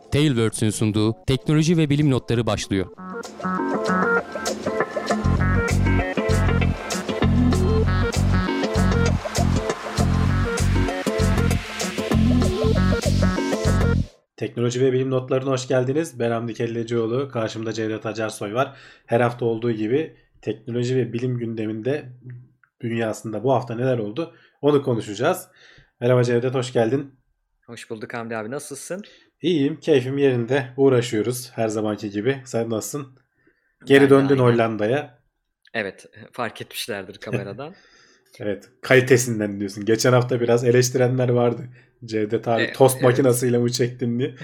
Tailwords'ün sunduğu teknoloji ve bilim notları başlıyor. Teknoloji ve bilim notlarına hoş geldiniz. Ben Hamdi Kellecioğlu. Karşımda Cevdet Acarsoy var. Her hafta olduğu gibi teknoloji ve bilim gündeminde dünyasında bu hafta neler oldu onu konuşacağız. Merhaba Cevdet, hoş geldin. Hoş bulduk Hamdi abi. Nasılsın? İyiyim, keyfim yerinde. Uğraşıyoruz her zamanki gibi. Sen nasılsın? Geri Ben de döndün aynen. Hollanda'ya. Evet, fark etmişlerdir kameradan. Evet, kalitesinden diyorsun. Geçen hafta biraz eleştirenler vardı. Cevdet abi tost Evet. makinesiyle mi çektin diye.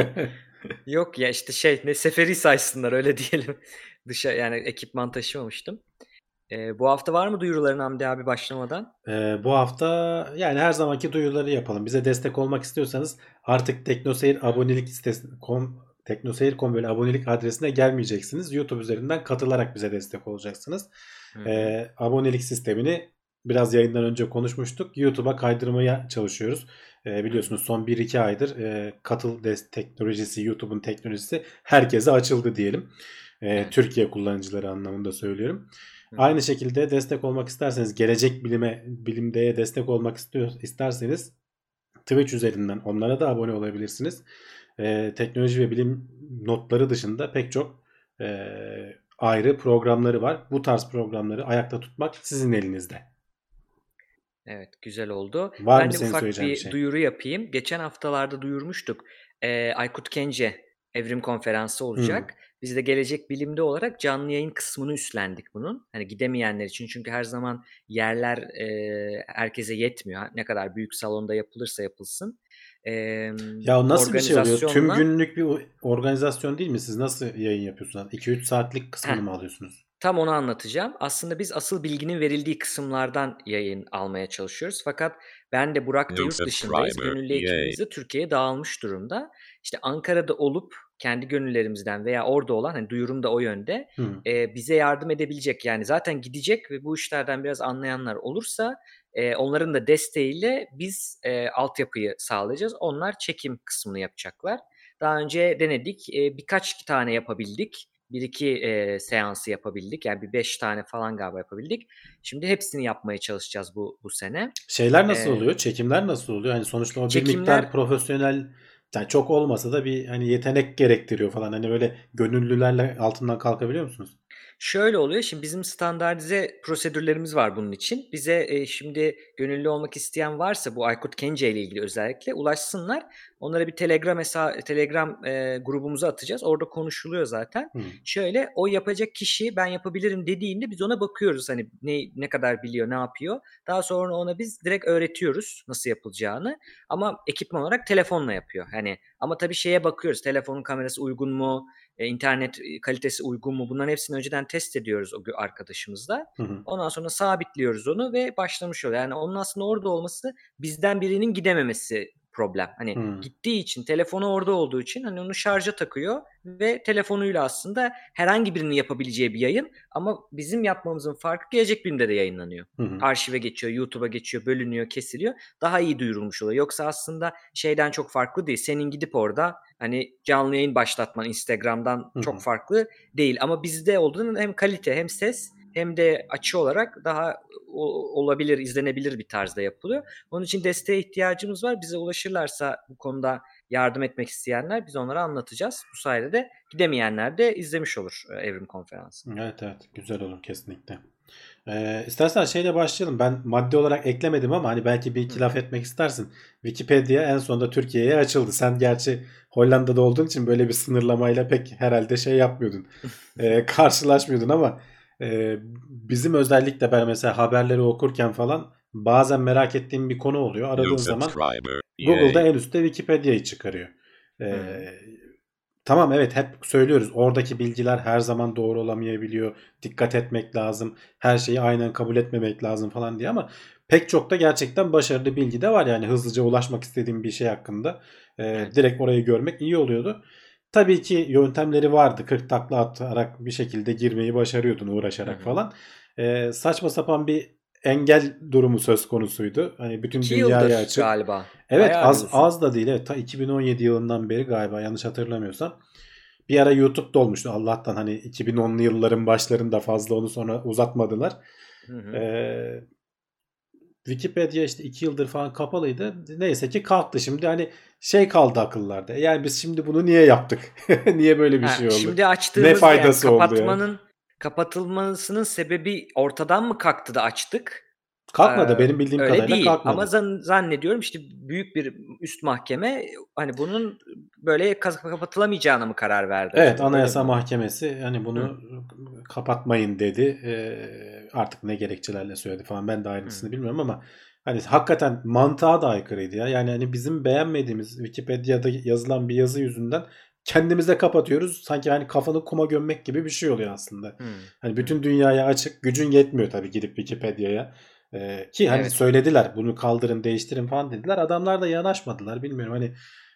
Yok ya işte ne seferi saysınlar öyle diyelim. Yani ekipman taşımamıştım. Bu hafta var mı duyuruların Hamdi abi başlamadan? Bu hafta yani her zamanki duyuruları yapalım. Bize destek olmak istiyorsanız artık Teknoseyir abonelik sitesi.com Teknoseyir.com böyle abonelik adresine gelmeyeceksiniz. YouTube üzerinden katılarak bize destek olacaksınız. Hı hı. Abonelik sistemini biraz yayından önce konuşmuştuk. YouTube'a kaydırmaya çalışıyoruz. Hı hı. Biliyorsunuz son 1-2 aydır teknolojisi, YouTube'un teknolojisi herkese açıldı diyelim. Evet. Türkiye kullanıcıları anlamında söylüyorum. Hı hı. Aynı şekilde destek olmak isterseniz, gelecek bilimdeye destek olmak isterseniz Twitch üzerinden onlara da abone olabilirsiniz. Teknoloji ve bilim notları dışında pek çok e, ayrı programları var. Bu tarz programları ayakta tutmak sizin elinizde. Evet, güzel oldu. Var mı Ben de senin ufak söyleyeceğin bir bir şey? duyuru yapayım. Geçen haftalarda duyurmuştuk. Aykut Kence Evrim Konferansı Hmm. olacak. Biz de Gelecek Bilim'de olarak canlı yayın kısmını üstlendik bunun. Hani gidemeyenler için çünkü her zaman yerler herkese yetmiyor. Ne kadar büyük salonda yapılırsa yapılsın. E, Ya o nasıl bir şey oluyor? Tüm organizasyonla günlük bir organizasyon değil mi? Siz nasıl yayın yapıyorsunuz? 2-3 saatlik heh, kısmını mı alıyorsunuz? tam onu anlatacağım. Aslında biz asıl bilginin verildiği kısımlardan yayın almaya çalışıyoruz. Fakat ben de Burak da No yurt dışındayız. subscriber. Gönüllü Yay. ekibimiz de Türkiye'ye dağılmış durumda. İşte Ankara'da olup kendi gönüllerimizden veya orada olan hani duyurum da o yönde Hmm. bize yardım edebilecek. Yani zaten gidecek ve bu işlerden biraz anlayanlar olursa onların da desteğiyle biz altyapıyı sağlayacağız. Onlar çekim kısmını yapacaklar. Daha önce denedik. Birkaç tane yapabildik. Bir iki seansı yapabildik. Yani bir 5 tane falan galiba yapabildik. Şimdi hepsini yapmaya çalışacağız bu sene. Şeyler nasıl E, oluyor? Çekimler nasıl oluyor? Hani sonuçta o bir miktar çekimler profesyonel, yani çok olmasa da bir hani yetenek gerektiriyor falan. Hani böyle gönüllülerle altından kalkabiliyor musunuz? Şöyle oluyor. Şimdi bizim standartize prosedürlerimiz var bunun için. Bize şimdi gönüllü olmak isteyen varsa bu Aykut Kence ile ilgili özellikle ulaşsınlar. Onlara bir Telegram grubumuza atacağız. Orada konuşuluyor zaten. Hmm. Şöyle o yapacak kişi ben yapabilirim dediğinde biz ona bakıyoruz. Hani ne kadar biliyor, ne yapıyor. Daha sonra ona biz direkt öğretiyoruz nasıl yapılacağını. Ama ekipman olarak telefonla yapıyor. Hani ama tabii şeye bakıyoruz. Telefonun kamerası uygun mu? İnternet kalitesi uygun mu? Bunların hepsini önceden test ediyoruz o arkadaşımızla. Hı hı. Ondan sonra sabitliyoruz onu ve başlamış oluyor. Yani onun aslında orada olması bizden birinin gidememesi problem. Hani Hı. gittiği için, telefonu orada olduğu için hani onu şarja takıyor ve telefonuyla aslında herhangi birinin yapabileceği bir yayın ama bizim yapmamızın farkı Gelecek Bilim'de de yayınlanıyor. Hı hı. Arşive geçiyor, YouTube'a geçiyor, bölünüyor, kesiliyor. Daha iyi duyurulmuş oluyor. Yoksa aslında şeyden çok farklı değil. Senin gidip orada hani canlı yayın başlatman Instagram'dan Hı çok hı. farklı değil. Ama bizde olduğunda hem kalite hem ses hem de açı olarak daha olabilir, izlenebilir bir tarzda yapılıyor. Onun için desteğe ihtiyacımız var. Bize ulaşırlarsa bu konuda yardım etmek isteyenler biz onlara anlatacağız. Bu sayede de gidemeyenler de izlemiş olur Evrim Konferansı. Evet, evet, güzel olur kesinlikle. İstersen şeyle başlayalım. Ben madde olarak eklemedim ama hani belki bir Hı iki laf hı. etmek istersin. Wikipedia en sonunda Türkiye'ye açıldı. Sen gerçi Hollanda'da olduğun için böyle bir sınırlamayla pek herhalde şey yapmıyordun. Karşılaşmıyordun ama bizim özellikle ben mesela haberleri okurken falan bazen merak ettiğim bir konu oluyor. No Aradığın zaman subscriber. Google'da Yay. en üstte Wikipedia'yı çıkarıyor. Hı hı. Ee, tamam, evet, hep söylüyoruz. Oradaki bilgiler her zaman doğru olamayabiliyor. Dikkat etmek lazım. Her şeyi aynen kabul etmemek lazım falan diye ama pek çok da gerçekten başarılı bilgi de var. Yani hızlıca ulaşmak istediğim bir şey hakkında Evet. direkt orayı görmek iyi oluyordu. Tabii ki yöntemleri vardı. 40 takla atarak bir şekilde girmeyi başarıyordun Hı uğraşarak hı. falan. Saçma sapan bir engel durumu söz konusuydu. Hani bütün 2 dünyaya yıldır açık. galiba. Evet, Bayağı bir uzun. az da değil. Evet, ta 2017 yılından beri galiba, yanlış hatırlamıyorsam. Bir ara YouTube'da olmuştu. Allah'tan hani 2010'lu yılların başlarında, fazla onu sonra uzatmadılar. Hı hı. Wikipedia işte 2 yıldır falan kapalıydı. Neyse ki kalktı. Şimdi hani şey kaldı akıllarda. Yani biz şimdi bunu niye yaptık? Niye böyle bir şey oldu? Şimdi Ne açtığımızda yani faydası oldu yani? kapatılmasının sebebi ortadan mı kalktı da açtık? Kalkmadı. Benim bildiğim Öyle kadarıyla değil ama kalkmadı. zannediyorum işte büyük bir üst mahkeme hani bunun böyle kapatılamayacağına mı karar verdi Evet, acaba? Öyle mi Anayasa oldu? Mahkemesi hani Hı, bunu kapatmayın dedi. Artık ne gerekçelerle söyledi falan, ben de hı, ayrıntısını bilmiyorum ama hani hakikaten mantığa da aykırıydı ya. Yani hani bizim beğenmediğimiz Wikipedia'da yazılan bir yazı yüzünden kendimize kapatıyoruz. Sanki hani kafanı kuma gömmek gibi bir şey oluyor aslında. hı, Hani hı. bütün dünyaya açık, gücün yetmiyor tabii gidip Wikipedia'ya. Ki hani Evet. söylediler bunu kaldırın, değiştirin falan dediler. Adamlar da yanaşmadılar. Bilmiyorum hani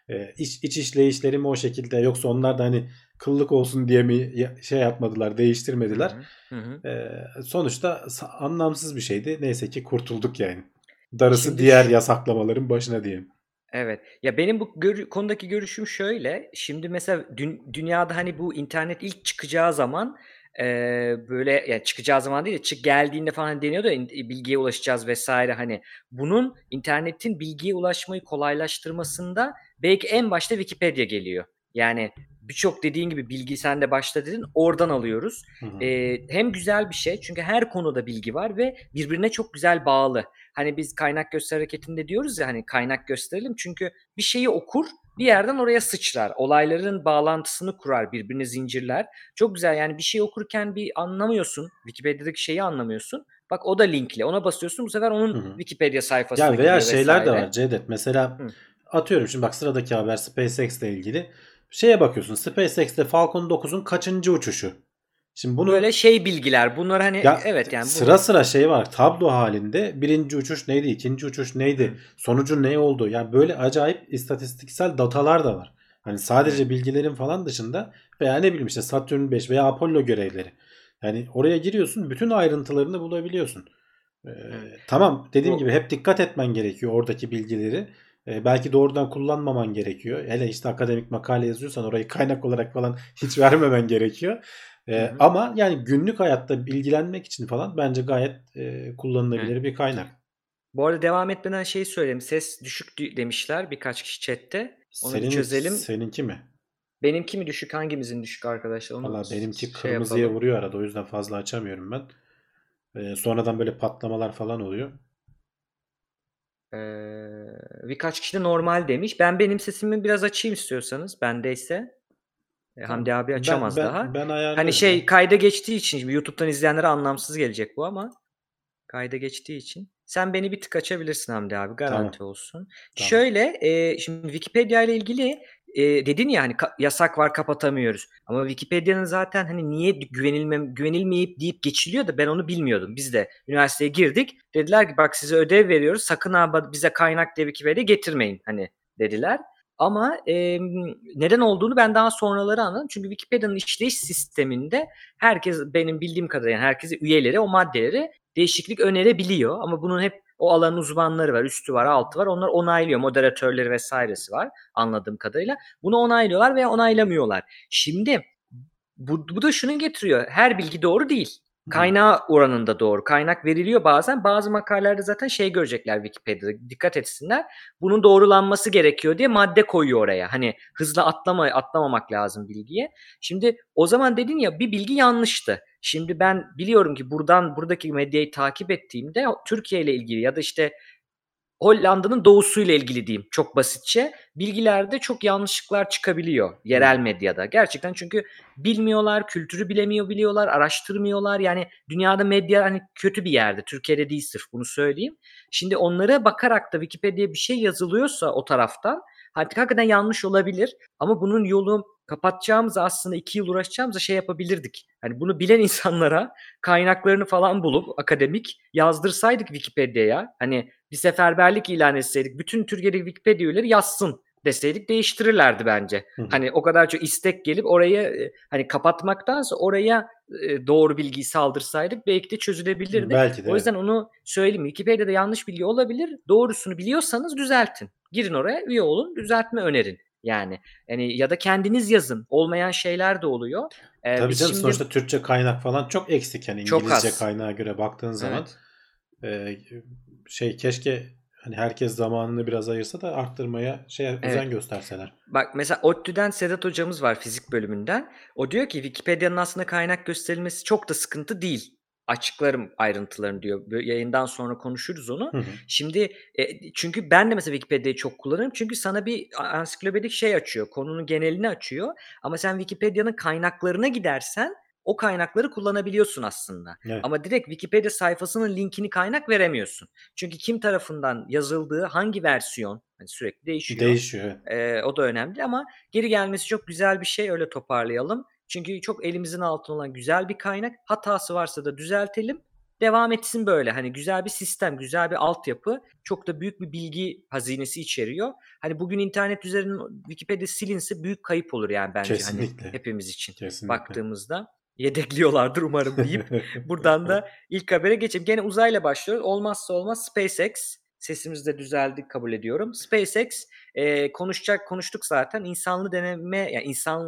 iç işleyişleri mi o şekilde, yoksa onlar da hani kıllık olsun diye mi şey yapmadılar, Hı değiştirmediler. hı, hı hı. Sonuçta anlamsız bir şeydi. Neyse ki kurtulduk yani. Darısı Şimdi diğer yasaklamaların başına diyeyim. evet. Ya, benim bu konudaki görüşüm şöyle: Şimdi mesela dünyada, hani, bu internet ilk çıkacağı zaman, böyle, ya, çıkacağı zaman değil de geldiğinde falan, hani, deniyordu ya, bilgiye ulaşacağız vesaire hani. Bunun internetin bilgiye ulaşmayı kolaylaştırmasında belki en başta Wikipedia geliyor. Yani birçok dediğin gibi bilgi sen de başta dedin, oradan alıyoruz. Hı hı. Hem güzel bir şey çünkü her konuda bilgi var ve birbirine çok güzel bağlı. Hani biz kaynak göster hareketinde diyoruz ya hani kaynak gösterelim çünkü bir şeyi okur bir yerden oraya sıçrar. Olayların bağlantısını kurar, birbirini zincirler. Çok güzel yani bir şey okurken bir anlamıyorsun. Wikipedia'daki şeyi anlamıyorsun. Bak o da linkli. Ona basıyorsun bu sefer Hı onun hı. Wikipedia sayfasına Ya veya gidiyor şeyler de vesaire. var Cevdet. Mesela Hı. atıyorum şimdi, bak sıradaki haber SpaceX ile ilgili. Şeye bakıyorsun, SpaceX'te Falcon 9'un kaçıncı uçuşu? Şimdi bunu, Böyle şey bilgiler. Bunlar hani ya evet yani sıra bunu sıra şey var tablo halinde, birinci uçuş neydi, ikinci uçuş neydi, hı, sonucu ne oldu, yani böyle acayip istatistiksel datalar da var. Hani evet. sadece bilgilerin falan dışında, veya ne bileyim işte Satürn 5 veya Apollo görevleri. Yani oraya giriyorsun, bütün ayrıntılarını bulabiliyorsun. Ee, Evet. tamam, dediğim gibi Bu hep dikkat etmen gerekiyor oradaki bilgileri. Belki doğrudan kullanmaman gerekiyor. Hele işte akademik makale yazıyorsan orayı kaynak olarak falan hiç vermemen gerekiyor. hı hı. Ama yani günlük hayatta bilgilenmek için falan bence gayet Evet. kullanılabilir bir kaynak. Bu arada devam etmeden şey söyleyeyim. Ses düşük demişler birkaç kişi chatte. Onu bir çözelim. Seninki mi? Benimki mi düşük, hangimizin düşük arkadaşlar? Onu Valla benimki şey kırmızıya yapalım. vuruyor arada, o yüzden fazla açamıyorum ben. Sonradan böyle patlamalar falan oluyor. Birkaç kişi de normal demiş. Benim sesimi biraz açayım istiyorsanız. Bendeyse. Hamdi Tamam. abi Ben açamaz ben daha. ben Hani ayarlarım şey ya. kayda geçtiği için şimdi YouTube'dan izleyenlere anlamsız gelecek bu ama kayda geçtiği için. Sen beni bir tık açabilirsin Hamdi abi Tamam. garanti olsun. Tamam. Şöyle şimdi Wikipedia ile ilgili dedin ya hani yasak var kapatamıyoruz. Ama Wikipedia'nın zaten hani niye güvenilmeyip deyip geçiliyor da ben onu bilmiyordum. Biz de üniversiteye girdik. Dediler ki bak size ödev veriyoruz. Sakın ha bize kaynak diye Wikipedia getirmeyin hani dediler. Ama neden olduğunu ben daha sonraları anladım. Çünkü Wikipedia'nın işleyiş sisteminde herkes benim bildiğim kadarıyla yani herkese üyeleri o maddeleri değişiklik önerebiliyor. Ama bunun hep o alanın uzmanları var, üstü var, altı var. Onlar onaylıyor. Moderatörleri vesairesi var anladığım kadarıyla. Bunu onaylıyorlar veya onaylamıyorlar. Şimdi bu da şunu getiriyor. Her bilgi doğru değil. Hı. Kaynağı oranında doğru. Kaynak veriliyor bazen. Bazı makalelerde zaten şey görecekler Wikipedia'da. Dikkat etsinler. Bunun doğrulanması gerekiyor diye madde koyuyor oraya. Hani hızlı atlamamak lazım bilgiye. Şimdi o zaman dedin ya bir bilgi yanlıştı. Şimdi ben biliyorum ki buradaki medyayı takip ettiğimde Türkiye ile ilgili ya da işte Hollanda'nın doğusuyla ilgili diyeyim çok basitçe. Bilgilerde çok yanlışlıklar çıkabiliyor Hı. yerel medyada. Gerçekten çünkü bilmiyorlar, kültürü biliyorlar, araştırmıyorlar. Yani dünyada medya hani kötü bir yerde. Türkiye'de değil sırf bunu söyleyeyim. Şimdi onlara bakarak da Wikipedia'ya bir şey yazılıyorsa o taraftan hakikaten yanlış olabilir. Ama bunun yolu kapatacağımız aslında 2 yıl uğraşacağımıza şey yapabilirdik. Hani bunu bilen insanlara kaynaklarını falan bulup akademik yazdırsaydık Wikipedia'ya. Hani bir seferberlik ilan etseydik bütün Türkiye'deki Wikipedia üyeleri yazsın deseydik değiştirirlerdi bence. Hı hı. Hani o kadar çok istek gelip orayı hani kapatmaktansa oraya doğru bilgiyi saldırsaydık belki de çözülebilirdi. Belki de O yüzden evet. onu söyleyeyim. Wikipedia'da yanlış bilgi olabilir. Doğrusunu biliyorsanız düzeltin. Girin oraya, üye olun, düzeltme önerin. Yani ya da kendiniz yazın. Olmayan şeyler de oluyor. Tabii Biz canım, şimdi sonuçta Türkçe kaynak falan çok eksik. Yani çok İngilizce az. kaynağa göre baktığın zaman Evet. e, keşke hani herkes zamanını biraz ayırsa da arttırmaya Evet. özen gösterseler. Bak mesela ODTÜ'den Sedat hocamız var fizik bölümünden. O diyor ki Wikipedia'nın aslında kaynak gösterilmesi çok da sıkıntı değil. Açıklarım ayrıntılarını diyor. Böyle yayından sonra konuşuruz onu. Hı hı. Şimdi çünkü ben de mesela Wikipedia'yı çok kullanırım. Çünkü sana bir ansiklopedik şey açıyor. Konunun genelini açıyor. Ama sen Wikipedia'nın kaynaklarına gidersen o kaynakları kullanabiliyorsun aslında. Evet. Ama direkt Wikipedia sayfasının linkini kaynak veremiyorsun. Çünkü kim tarafından yazıldığı, hangi versiyon hani sürekli değişiyor. Değişiyor. Evet. O da önemli ama geri gelmesi çok güzel bir şey. Öyle toparlayalım. Çünkü çok elimizin altında olan güzel bir kaynak. Hatası varsa da düzeltelim. Devam etsin böyle. Hani güzel bir sistem, güzel bir altyapı. Çok da büyük bir bilgi hazinesi içeriyor. Hani bugün internet üzerinden Wikipedia silinse büyük kayıp olur yani bence hani Kesinlikle. hepimiz için Kesinlikle. baktığımızda. Yedekliyorlardır umarım deyip buradan da ilk habere geçelim. Gene uzayla başlıyoruz. Olmazsa olmaz SpaceX. Sesimiz de düzeldi kabul ediyorum. SpaceX konuştuk zaten. İnsanlı deneme, yani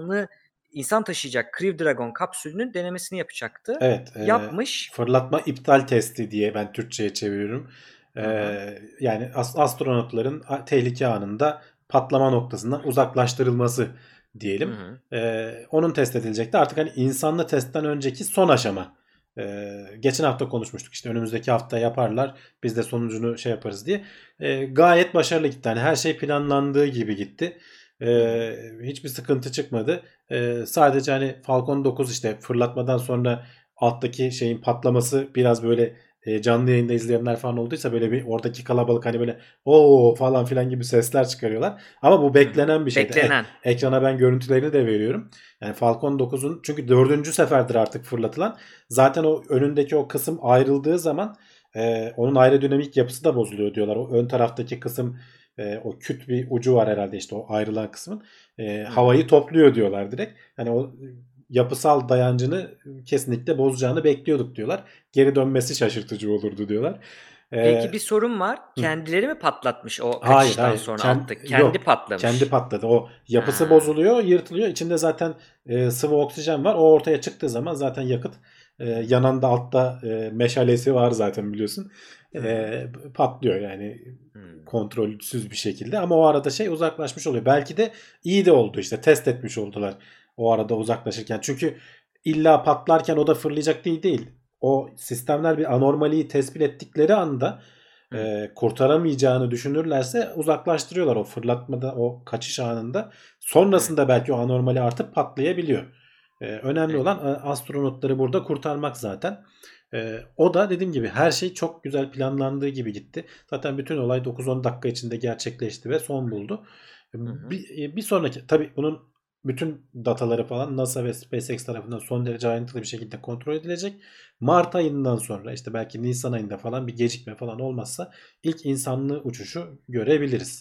insan taşıyacak Crew Dragon kapsülünün denemesini yapacaktı. Evet. Yapmış. Fırlatma iptal testi diye ben Türkçe'ye çeviriyorum. Hı hı. Yani astronotların tehlike anında patlama noktasından uzaklaştırılması Hı diyelim. hı. Onun test edilecekti. Artık hani insanlı testten önceki son aşama. Geçen hafta konuşmuştuk, işte önümüzdeki hafta yaparlar, biz de sonucunu yaparız diye. Gayet başarılı gitti. Yani her şey planlandığı gibi gitti. Hı hı. Hiçbir sıkıntı çıkmadı. Sadece hani Falcon 9 işte fırlatmadan sonra alttaki şeyin patlaması biraz böyle canlı yayında izleyenler falan olduysa böyle bir oradaki kalabalık hani böyle o falan filan gibi sesler çıkarıyorlar. Ama bu Hı hı. beklenen bir şeydi. Beklenen. Ekrana ben görüntülerini de veriyorum. Yani Falcon 9'un çünkü dördüncü seferdir artık fırlatılan. Zaten o önündeki o kısım ayrıldığı zaman onun aerodinamik yapısı da bozuluyor diyorlar. O ön taraftaki kısım, o küt bir ucu var herhalde, işte o ayrılan kısmın. Hı hı. Havayı topluyor diyorlar direkt. Hani o yapısal dayancını kesinlikle bozacağını bekliyorduk diyorlar. Geri dönmesi şaşırtıcı olurdu diyorlar. Peki Ee, bir sorun var. hı. Kendileri mi patlatmış o Hayır kaçıştan hayır. sonra alttaki? Kendi Yok. Kendi patlamış. patladı. O yapısı Ha. bozuluyor, yırtılıyor. İçinde zaten sıvı oksijen var. O ortaya çıktığı zaman zaten yakıt, yanında altta meşalesi var zaten, biliyorsun. Hı hı. Patlıyor yani Hı. kontrolsüz bir şekilde. Ama o arada uzaklaşmış oluyor. Belki de iyi de oldu, işte test etmiş oldular o arada uzaklaşırken. Çünkü illa patlarken o da fırlayacak değil. O sistemler bir anomaliyi tespit ettikleri anda Hı. kurtaramayacağını düşünürlerse uzaklaştırıyorlar o fırlatmada, o kaçış anında. Evet. Sonrasında belki o anormali artıp patlayabiliyor. Önemli Evet. olan astronotları burada kurtarmak zaten. O da dediğim gibi her şey çok güzel planlandığı gibi gitti. Zaten bütün olay 9-10 dakika içinde gerçekleşti ve son buldu. Hı hı. Bir sonraki, tabii bunun bütün dataları falan NASA ve SpaceX tarafından son derece ayrıntılı bir şekilde kontrol edilecek. Mart ayından sonra, işte belki Nisan ayında falan bir gecikme falan olmazsa ilk insanlı uçuşu görebiliriz.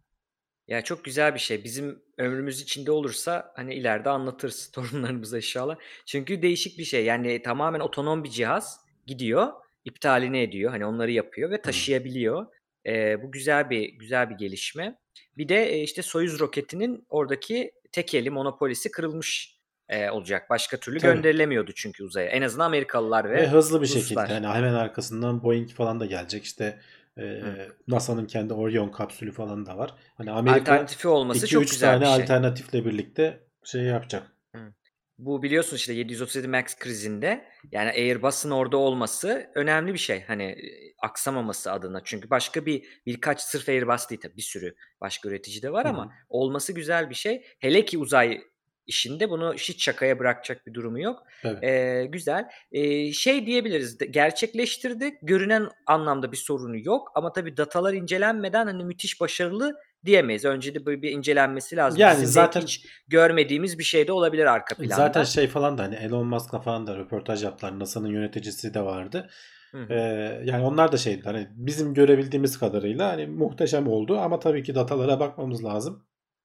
Ya çok güzel bir şey. Bizim ömrümüz içinde olursa hani ileride anlatırız torunlarımıza inşallah. Çünkü değişik bir şey. Yani tamamen otonom bir cihaz gidiyor, iptalini ediyor. Hani onları yapıyor ve Hmm. taşıyabiliyor. Bu güzel bir gelişme. Bir de işte Soyuz roketinin oradaki tekeli monopolisi kırılmış olacak. Başka türlü Tabii. gönderilemiyordu çünkü uzaya. En azından Amerikalılar Ve ve hızlı bir şekilde, Ruslar. hani hemen arkasından Boeing falan da gelecek. İşte Hı. NASA'nın kendi Orion kapsülü falan da var. Hani Amerika Alternatifi olması çok 2-3 güzel bir tane şey. alternatifle birlikte yapacak. Hı. Bu biliyorsun işte 737 MAX krizinde yani Airbus'un orada olması önemli bir şey. Hani aksamaması adına. Çünkü birkaç sırf Airbus değil tabii bir sürü başka üretici de var Hı ama hı. olması güzel bir şey. Hele ki uzay işinde bunu hiç şakaya bırakacak bir durumu yok. Tabii. Güzel. Diyebiliriz. Gerçekleştirdik. Görünen anlamda bir sorunu yok ama tabii datalar incelenmeden hani müthiş başarılı diyemeyiz. Önce de böyle bir incelenmesi lazım. Yani Bizim belki zaten hiç görmediğimiz bir şey de olabilir arka planda. falan da, hani Elon Musk'la falan da röportaj yaptılar. NASA'nın yöneticisi de vardı. Hı Ee, hı. Yani onlar da hani bizim görebildiğimiz kadarıyla hani muhteşem oldu ama tabii ki datalara bakmamız lazım.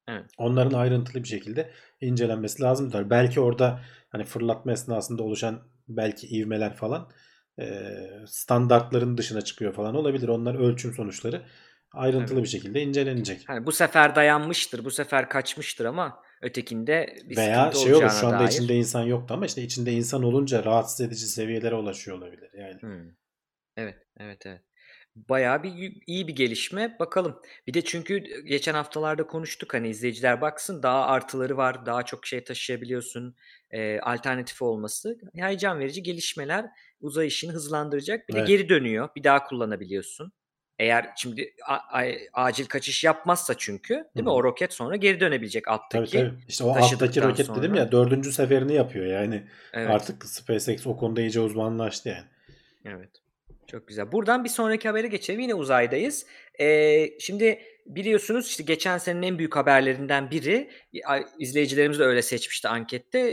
Evet. Onların ayrıntılı bir şekilde incelenmesi lazımdır. Belki orada hani fırlatma esnasında oluşan belki ivmeler falan standartların dışına çıkıyor falan olabilir. Onlar ölçüm sonuçları ayrıntılı Tabii. bir şekilde incelenecek. Hani bu sefer dayanmıştır, bu sefer kaçmıştır ama ötekinde bir Veya sıkıntı şey olur, şu olacağına anda içinde dair. insan yoktu ama işte içinde insan olunca rahatsız edici seviyelere ulaşıyor olabilir. Yani Hımm. Evet, evet, evet. Bayağı bir iyi bir gelişme. Bakalım. Bir de çünkü geçen haftalarda konuştuk, hani, izleyiciler baksın daha artıları var, daha çok şey taşıyabiliyorsun, alternatifi olması heyecan verici gelişmeler uzay işini hızlandıracak. Bir de evet. geri dönüyor, bir daha kullanabiliyorsun. Eğer şimdi acil kaçış yapmazsa çünkü, Hı değil mi? hı. O roket sonra geri dönebilecek Tabii alttaki tabii. İşte o alttaki taşıdıktan roket dedim sonra. ya, dördüncü seferini yapıyor yani. Evet, Artık SpaceX o konuda iyice uzmanlaştı yani. evet. Çok güzel. Buradan bir sonraki habere geçelim. Yine uzaydayız. Şimdi biliyorsunuz, işte, geçen senenin en büyük haberlerinden biri, izleyicilerimiz de öyle seçmişti ankette.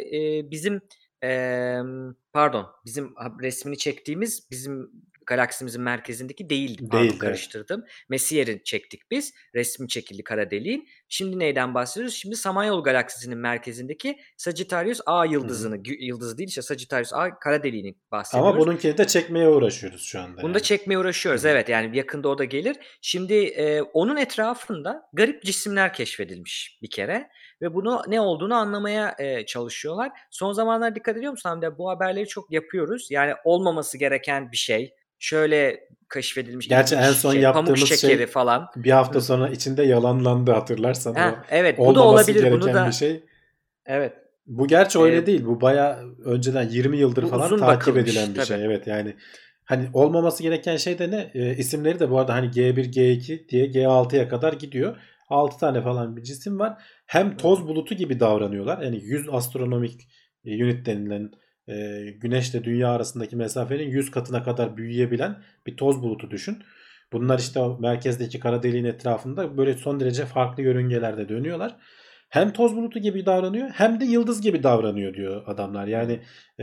Bizim resmini çektiğimiz bizim galaksimizin merkezindeki değildi. Pardon, Değildi, evet. karıştırdım. Messier'in çektik biz. Resmi çekildi kara deliğin. Şimdi neyden bahsediyoruz? Şimdi Samanyolu galaksisinin merkezindeki Sagittarius A Hı hı. yıldızını, yıldız değil, işte, Sagittarius A kara deliğini Ama bahsediyoruz. bununkini de çekmeye uğraşıyoruz şu anda Bunu da yani. çekmeye Hı uğraşıyoruz. hı. Evet, yani yakında o da gelir. Şimdi, onun etrafında garip cisimler keşfedilmiş bir kere ve bunu ne olduğunu anlamaya, çalışıyorlar. Son zamanlarda dikkat ediyor musun Hamdi? Bu haberleri çok yapıyoruz. Yani olmaması gereken bir şey, şöyle keşfedilmiş Gerçi en ilginç son şey, pamuk yaptığımız şekeri şey falan. bir hafta Hıh. sonra içinde yalanlandı, hatırlarsan o Evet, bu da olmaması olabilir. Bunu gereken bir da şey. evet, Bu gerçi öyle eee, değil. Bu bayağı önceden 20 yıldır bu falan uzun takip bakılmış edilen bir tabii. şey. Evet yani hani olmaması gereken şey de ne? İsimleri de bu arada hani G1, G2 diye G6'ya kadar gidiyor. 6 tane falan bir cisim var. Hem Hı hı. toz bulutu gibi davranıyorlar. Yani 100 astronomik unit denilen Güneşle Dünya arasındaki mesafenin 100 katına kadar büyüyebilen bir toz bulutu düşün. Hı Bunlar hı. işte o merkezdeki kara deliğin etrafında böyle son derece farklı yörüngelerde dönüyorlar. Hem toz bulutu gibi davranıyor hem de yıldız gibi davranıyor diyor adamlar. Yani Hımm.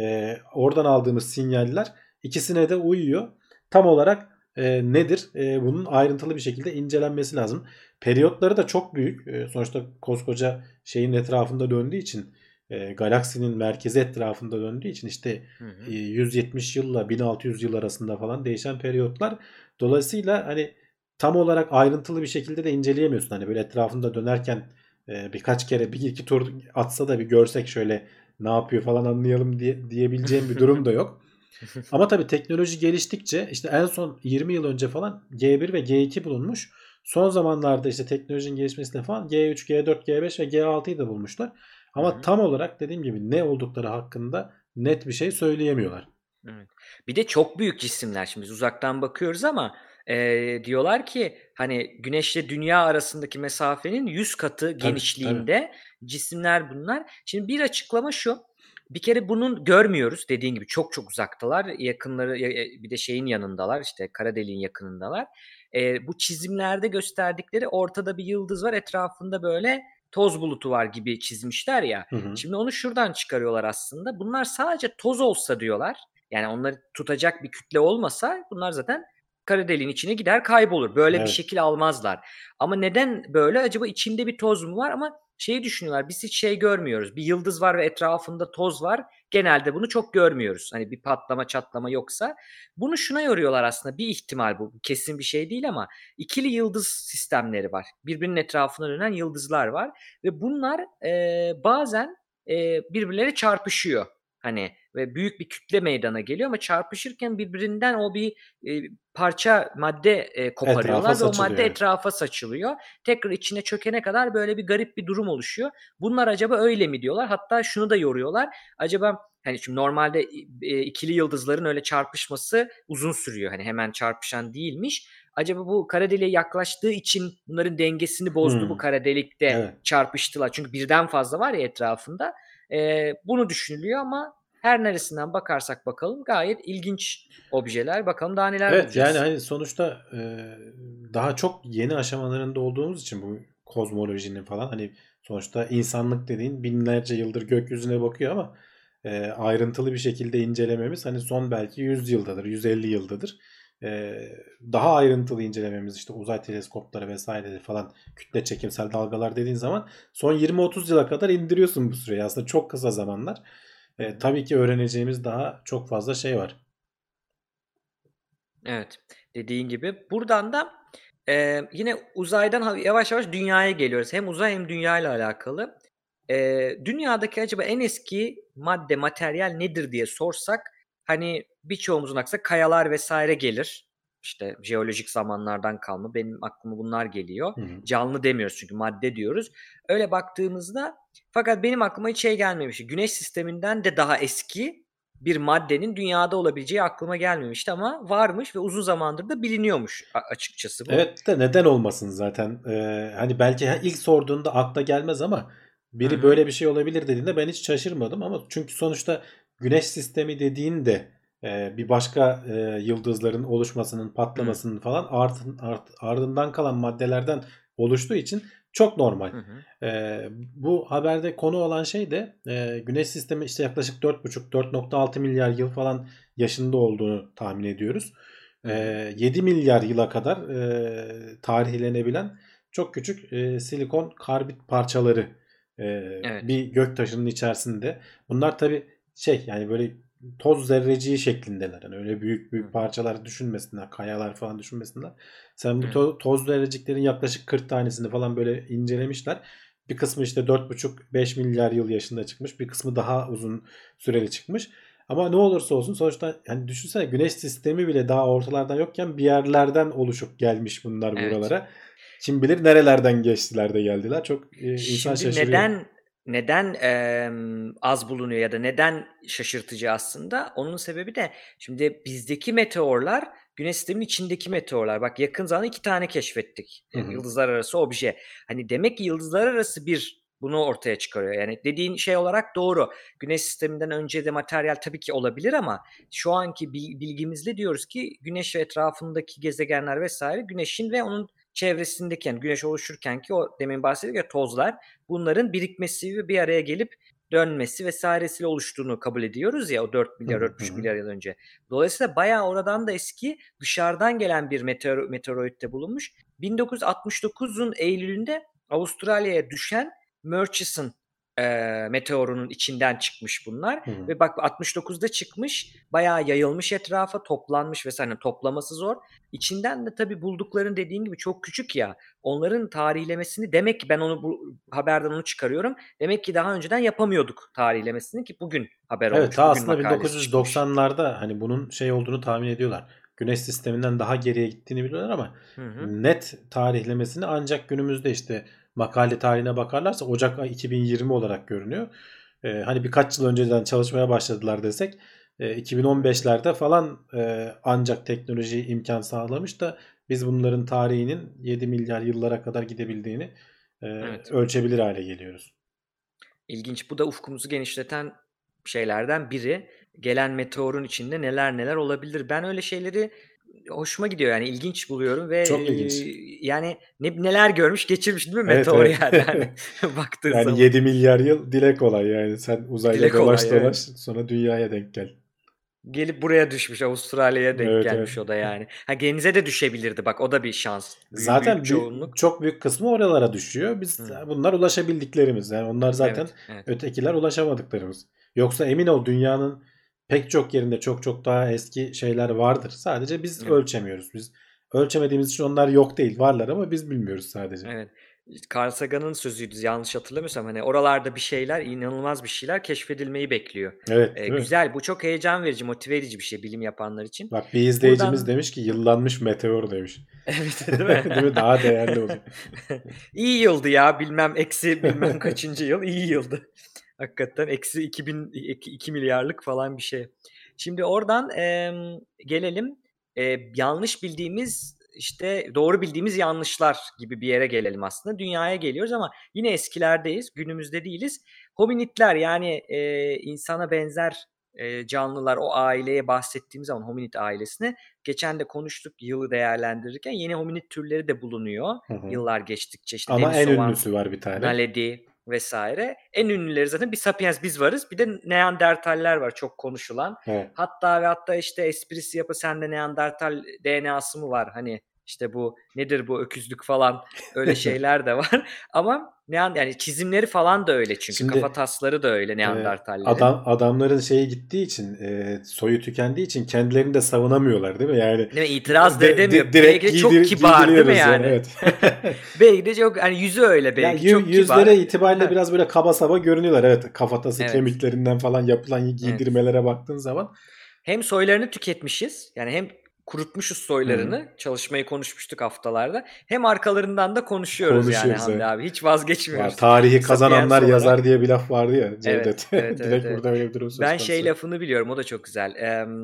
oradan aldığımız sinyaller ikisine de uyuyor. Tam olarak nedir? Bunun ayrıntılı bir şekilde incelenmesi lazım. Periyotları da çok büyük. Sonuçta koskoca şeyin etrafında döndüğü için galaksinin merkezi etrafında döndüğü için işte Hı hı. 170 yılla 1600 yıl arasında falan değişen periyotlar. Dolayısıyla hani tam olarak ayrıntılı bir şekilde de inceleyemiyorsun. Hani böyle etrafında dönerken birkaç kere bir iki tur atsa da bir görsek şöyle ne yapıyor falan anlayalım diyebileceğim bir durum da yok. Ama tabii teknoloji geliştikçe işte en son 20 yıl önce falan G1 ve G2 bulunmuş. Son zamanlarda işte teknolojinin gelişmesiyle falan G3, G4, G5 ve G6'yı da bulmuşlar. Hı Ama hı. tam olarak dediğim gibi ne oldukları hakkında net bir şey söyleyemiyorlar. Evet. Bir de çok büyük cisimler. Şimdi biz uzaktan bakıyoruz ama, diyorlar ki, hani, Güneşle Dünya arasındaki mesafenin 100 katı Tabii tabii. genişliğinde cisimler bunlar. Şimdi bir açıklama şu: Bir kere bunun görmüyoruz. Dediğin gibi çok çok uzaktalar. Yakınları bir de şeyin yanındalar, işte, kara deliğin yakınındalar. Bu çizimlerde gösterdikleri ortada bir yıldız var, etrafında böyle toz bulutu var gibi çizmişler ya. Hı hı. Şimdi onu şuradan çıkarıyorlar aslında. Bunlar sadece toz olsa diyorlar, yani onları tutacak bir kütle olmasa bunlar zaten kara deliğin içine gider kaybolur. Böyle bir Evet. şekil almazlar. Ama neden böyle? Acaba içinde bir toz mu var? Ama şeyi düşünüyorlar, biz hiç şey görmüyoruz. Bir yıldız var ve etrafında toz var. Genelde bunu çok görmüyoruz. Hani bir patlama çatlama yoksa. Bunu şuna yoruyorlar aslında. Bir ihtimal bu. Kesin bir şey değil ama ikili yıldız sistemleri var. Birbirinin etrafına dönen yıldızlar var. Ve bunlar bazen birbirleri çarpışıyor. Hani ve büyük bir kütle meydana geliyor ama çarpışırken birbirinden o bir, parça madde, Etrafa koparıyorlar ve o saçılıyor. madde Evet. etrafa saçılıyor. Tekrar içine çökene kadar böyle bir garip bir durum oluşuyor. Bunlar acaba öyle mi diyorlar. Hatta şunu da yoruyorlar. Acaba, hani, şimdi normalde, ikili yıldızların öyle çarpışması uzun sürüyor. Hani, hemen çarpışan değilmiş. Acaba bu kara deliğe yaklaştığı için bunların dengesini bozdu bu Hmm. kara delikte Evet. çarpıştılar. Çünkü birden fazla var ya etrafında. Bunu düşünülüyor ama her neresinden bakarsak bakalım gayet ilginç objeler. Bakalım daha neler Evet yani bulacağız. hani sonuçta daha çok yeni aşamalarında olduğumuz için bu kozmolojinin falan hani sonuçta insanlık dediğin binlerce yıldır gökyüzüne bakıyor ama ayrıntılı bir şekilde incelememiz hani son belki 100 yıldadır, 150 yıldadır. daha ayrıntılı incelememiz işte uzay teleskopları vesaire falan kütle çekimsel dalgalar dediğin zaman son 20-30 yıla kadar indiriyorsun bu süreyi. Aslında çok kısa zamanlar. Tabii ki öğreneceğimiz daha çok fazla şey var. Evet, dediğin gibi. Buradan da yine uzaydan yavaş yavaş dünyaya geliyoruz. Hem uzay hem dünya ile alakalı. Dünyadaki acaba en eski madde, materyal nedir diye sorsak, hani birçoğumuzun aklına kayalar vesaire gelir. İşte jeolojik zamanlardan kalma. Benim aklıma bunlar geliyor. Hı hı. Canlı demiyoruz çünkü madde diyoruz. Öyle baktığımızda fakat benim aklıma hiç şey gelmemişti. Güneş sisteminden de daha eski bir maddenin dünyada olabileceği aklıma gelmemişti ama varmış ve uzun zamandır da biliniyormuş açıkçası bu. Evet de neden olmasın zaten. Hani belki ilk sorduğunda akla gelmez ama Hı biri hı. böyle bir şey olabilir dediğinde ben hiç şaşırmadım ama çünkü sonuçta güneş sistemi dediğinde bir başka yıldızların oluşmasının, Hı. patlamasının falan ardından kalan maddelerden oluştuğu için çok normal. Hı hı. Bu haberde konu olan şey de güneş sistemi işte yaklaşık 4,5-4,6 milyar yıl falan yaşında olduğunu tahmin ediyoruz. Hı hı. 7 milyar yıla kadar tarihlenebilen çok küçük silikon karbit parçaları Evet. bir göktaşının içerisinde. Bunlar tabi şey yani böyle toz zerreciği şeklindeler. Yani öyle büyük Hı büyük hı. parçalar düşünmesinler, kayalar falan düşünmesinler. Sen bu Evet. toz zerreciklerin yaklaşık 40 tanesini falan böyle incelemişler. Bir kısmı işte 4,5-5 milyar yıl yaşında çıkmış. Bir kısmı daha uzun süreli çıkmış. Ama ne olursa olsun sonuçta yani düşünsene güneş sistemi bile daha ortalardan yokken bir yerlerden oluşup gelmiş bunlar Evet. buralara. Kim bilir nerelerden geçtiler de geldiler. Çok insan Şimdi şaşırıyor. neden az bulunuyor ya da neden şaşırtıcı aslında? Onun sebebi de şimdi bizdeki meteorlar Güneş sisteminin içindeki meteorlar. Bak yakın zamanda 2 tane keşfettik. Hı Yani hı. yıldızlar arası obje. Hani demek ki yıldızlar arası bunu ortaya çıkarıyor. Yani dediğin şey olarak doğru. Güneş sisteminden önce de materyal tabii ki olabilir ama şu anki bilgimizle diyoruz ki Güneş ve etrafındaki gezegenler vesaire Güneş'in ve onun çevresindeki yani Güneş oluşurken ki o demin bahsettik ya tozlar bunların birikmesi ve bir araya gelip dönmesi vesairesiyle oluştuğunu kabul ediyoruz ya o 4 Hı milyar hı 4,5 hı. milyar yıl önce. Dolayısıyla bayağı oradan da eski dışarıdan gelen bir meteoroitte bulunmuş. 1969'un Eylül'ünde Avustralya'ya düşen Murchison meteorunun içinden çıkmış bunlar. Hı hı. Ve bak 69'da çıkmış bayağı yayılmış etrafa toplanmış vesaire hani toplaması zor. İçinden de tabii buldukların dediğin gibi çok küçük ya. Onların tarihlemesini demek ki ben onu bu haberden onu çıkarıyorum. Demek ki daha önceden yapamıyorduk tarihlemesini ki bugün haber Evet, olmuş. ta Bugün aslında makalesi çıkmış. 1990'larda hani bunun şey olduğunu tahmin ediyorlar. Güneş sisteminden daha geriye gittiğini biliyorlar ama Hı hı. net tarihlemesini ancak günümüzde işte makale tarihine bakarlarsa Ocak ayı 2020 olarak görünüyor. Hani birkaç yıl önceden çalışmaya başladılar desek 2015'lerde falan ancak teknoloji imkan sağlamış da biz bunların tarihinin 7 milyar yıllara kadar gidebildiğini e, Evet. ölçebilir hale geliyoruz. İlginç. Bu da ufkumuzu genişleten şeylerden biri. Gelen meteorun içinde neler neler olabilir. Ben öyle şeyleri hoşuma gidiyor yani ilginç buluyorum ve Çok ilginç. yani neler görmüş geçirmiş değil mi Evet, meteor evet. yani hani baktığın Yani zaman. 7 milyar yıl dile kolay yani. Sen uzayda Dile dolaş kolay dolaş evet. sonra dünyaya denk gel. Gelip buraya düşmüş. Avustralya'ya denk Evet, evet. gelmiş o da yani. Ha denize de düşebilirdi bak o da bir şans. Büyük Zaten çoğunluk. çok büyük kısmı oralara düşüyor. Biz Hı. bunlar ulaşabildiklerimiz. Yani onlar zaten Evet, evet. ötekiler ulaşamadıklarımız. Yoksa emin ol dünyanın pek çok yerinde çok çok daha eski şeyler vardır. Sadece biz Evet. ölçemiyoruz. Biz ölçemediğimiz için onlar yok değil. Varlar ama biz bilmiyoruz sadece. Evet. Carl Sagan'ın sözüydü yanlış hatırlamıyorsam hani oralarda bir şeyler inanılmaz bir şeyler keşfedilmeyi bekliyor. Evet, değil mi? Güzel bu çok heyecan verici, motive edici bir şey bilim yapanlar için. Bak bir izleyicimiz Buradan demiş ki Hı. yıllanmış meteor demiş. Evet değil mi? Değil mi? Daha değerli oluyor. İyi yıldı ya bilmem eksi bilmem kaçıncı yıl iyi yıldı. Hakikaten eksi 2 milyarlık falan bir şey. Şimdi oradan gelelim yanlış bildiğimiz işte doğru bildiğimiz yanlışlar gibi bir yere gelelim aslında. Dünyaya geliyoruz ama yine eskilerdeyiz, günümüzde değiliz. Hominidler yani insana benzer canlılar o aileye bahsettiğimiz zaman hominid ailesine geçen de konuştuk yılı değerlendirirken yeni hominid türleri de bulunuyor Hı hı. yıllar geçtikçe. İşte Ama en Denisovans, ünlüsü var bir tane. Naledi. vesaire. En ünlüleri zaten bir Sapiens biz varız. Bir de Neandertaller var çok konuşulan. Evet. Hatta işte esprisi yapı sende Neandertal DNA'sı mı var? Hani işte bu nedir bu öküzlük falan öyle şeyler de var. Ama yani çizimleri falan da öyle çünkü. Şimdi Kafa tasları da öyle Neandertallerin. adamların şeyi gittiği için soyu tükendiği için kendilerini de savunamıyorlar değil mi? Yani Değil mi? İtiraz da edemiyor. direkt Belki de çok kibar değil mi giydiriyoruz yani? Evet. Belki de çok hani yüzü öyle belki çok kibar. Yüzleri itibariyle Ha, biraz böyle kaba saba görünüyorlar. Evet, kafatası evet. kemiklerinden falan yapılan Evet. giydirmelere baktığın zaman. Hem soylarını tüketmişiz. Yani hem kurutmuşuz soylarını. Çalışmayı konuşmuştuk haftalarda. Hem arkalarından da konuşuyoruz yani Konuşuyoruz. Hamdi Evet. abi. Hiç vazgeçmiyoruz. Tarihi Sapiens kazananlar olarak. yazar diye bir laf vardı ya Cevdet. Evet, evet, Direkt evet. burada öyle bir durum söz Ben konusu. lafını biliyorum. O da çok güzel.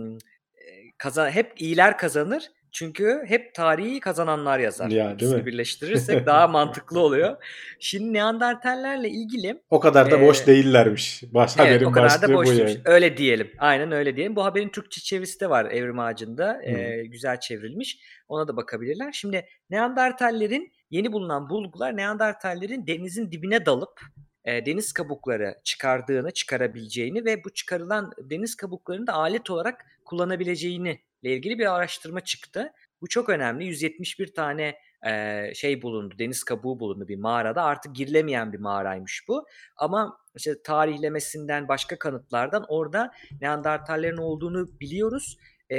Hep iyiler kazanır. Çünkü hep tarihi kazananlar yazar. Ya, değil İkisini mi? birleştirirsek daha mantıklı oluyor. Şimdi Neandertallerle ilgili O kadar da boş değillermiş. evet, Haberin o kadar da başlığı boş bu değilmiş. yani. Öyle diyelim. Aynen öyle diyelim. Bu haberin Türkçe çevirisi de var Evrim Ağacı'nda. Güzel çevrilmiş. Ona da bakabilirler. Şimdi Neandertallerin yeni bulunan bulgular Neandertallerin denizin dibine dalıp deniz kabukları çıkarabileceğini ve bu çıkarılan deniz kabuklarını da alet olarak kullanabileceğini ile ilgili bir araştırma çıktı. Bu çok önemli. 171 tane bulundu. Deniz kabuğu bulundu bir mağarada. Artık girilemeyen bir mağaraymış bu. Ama işte tarihlemesinden başka kanıtlardan orada Neandertallerin olduğunu biliyoruz.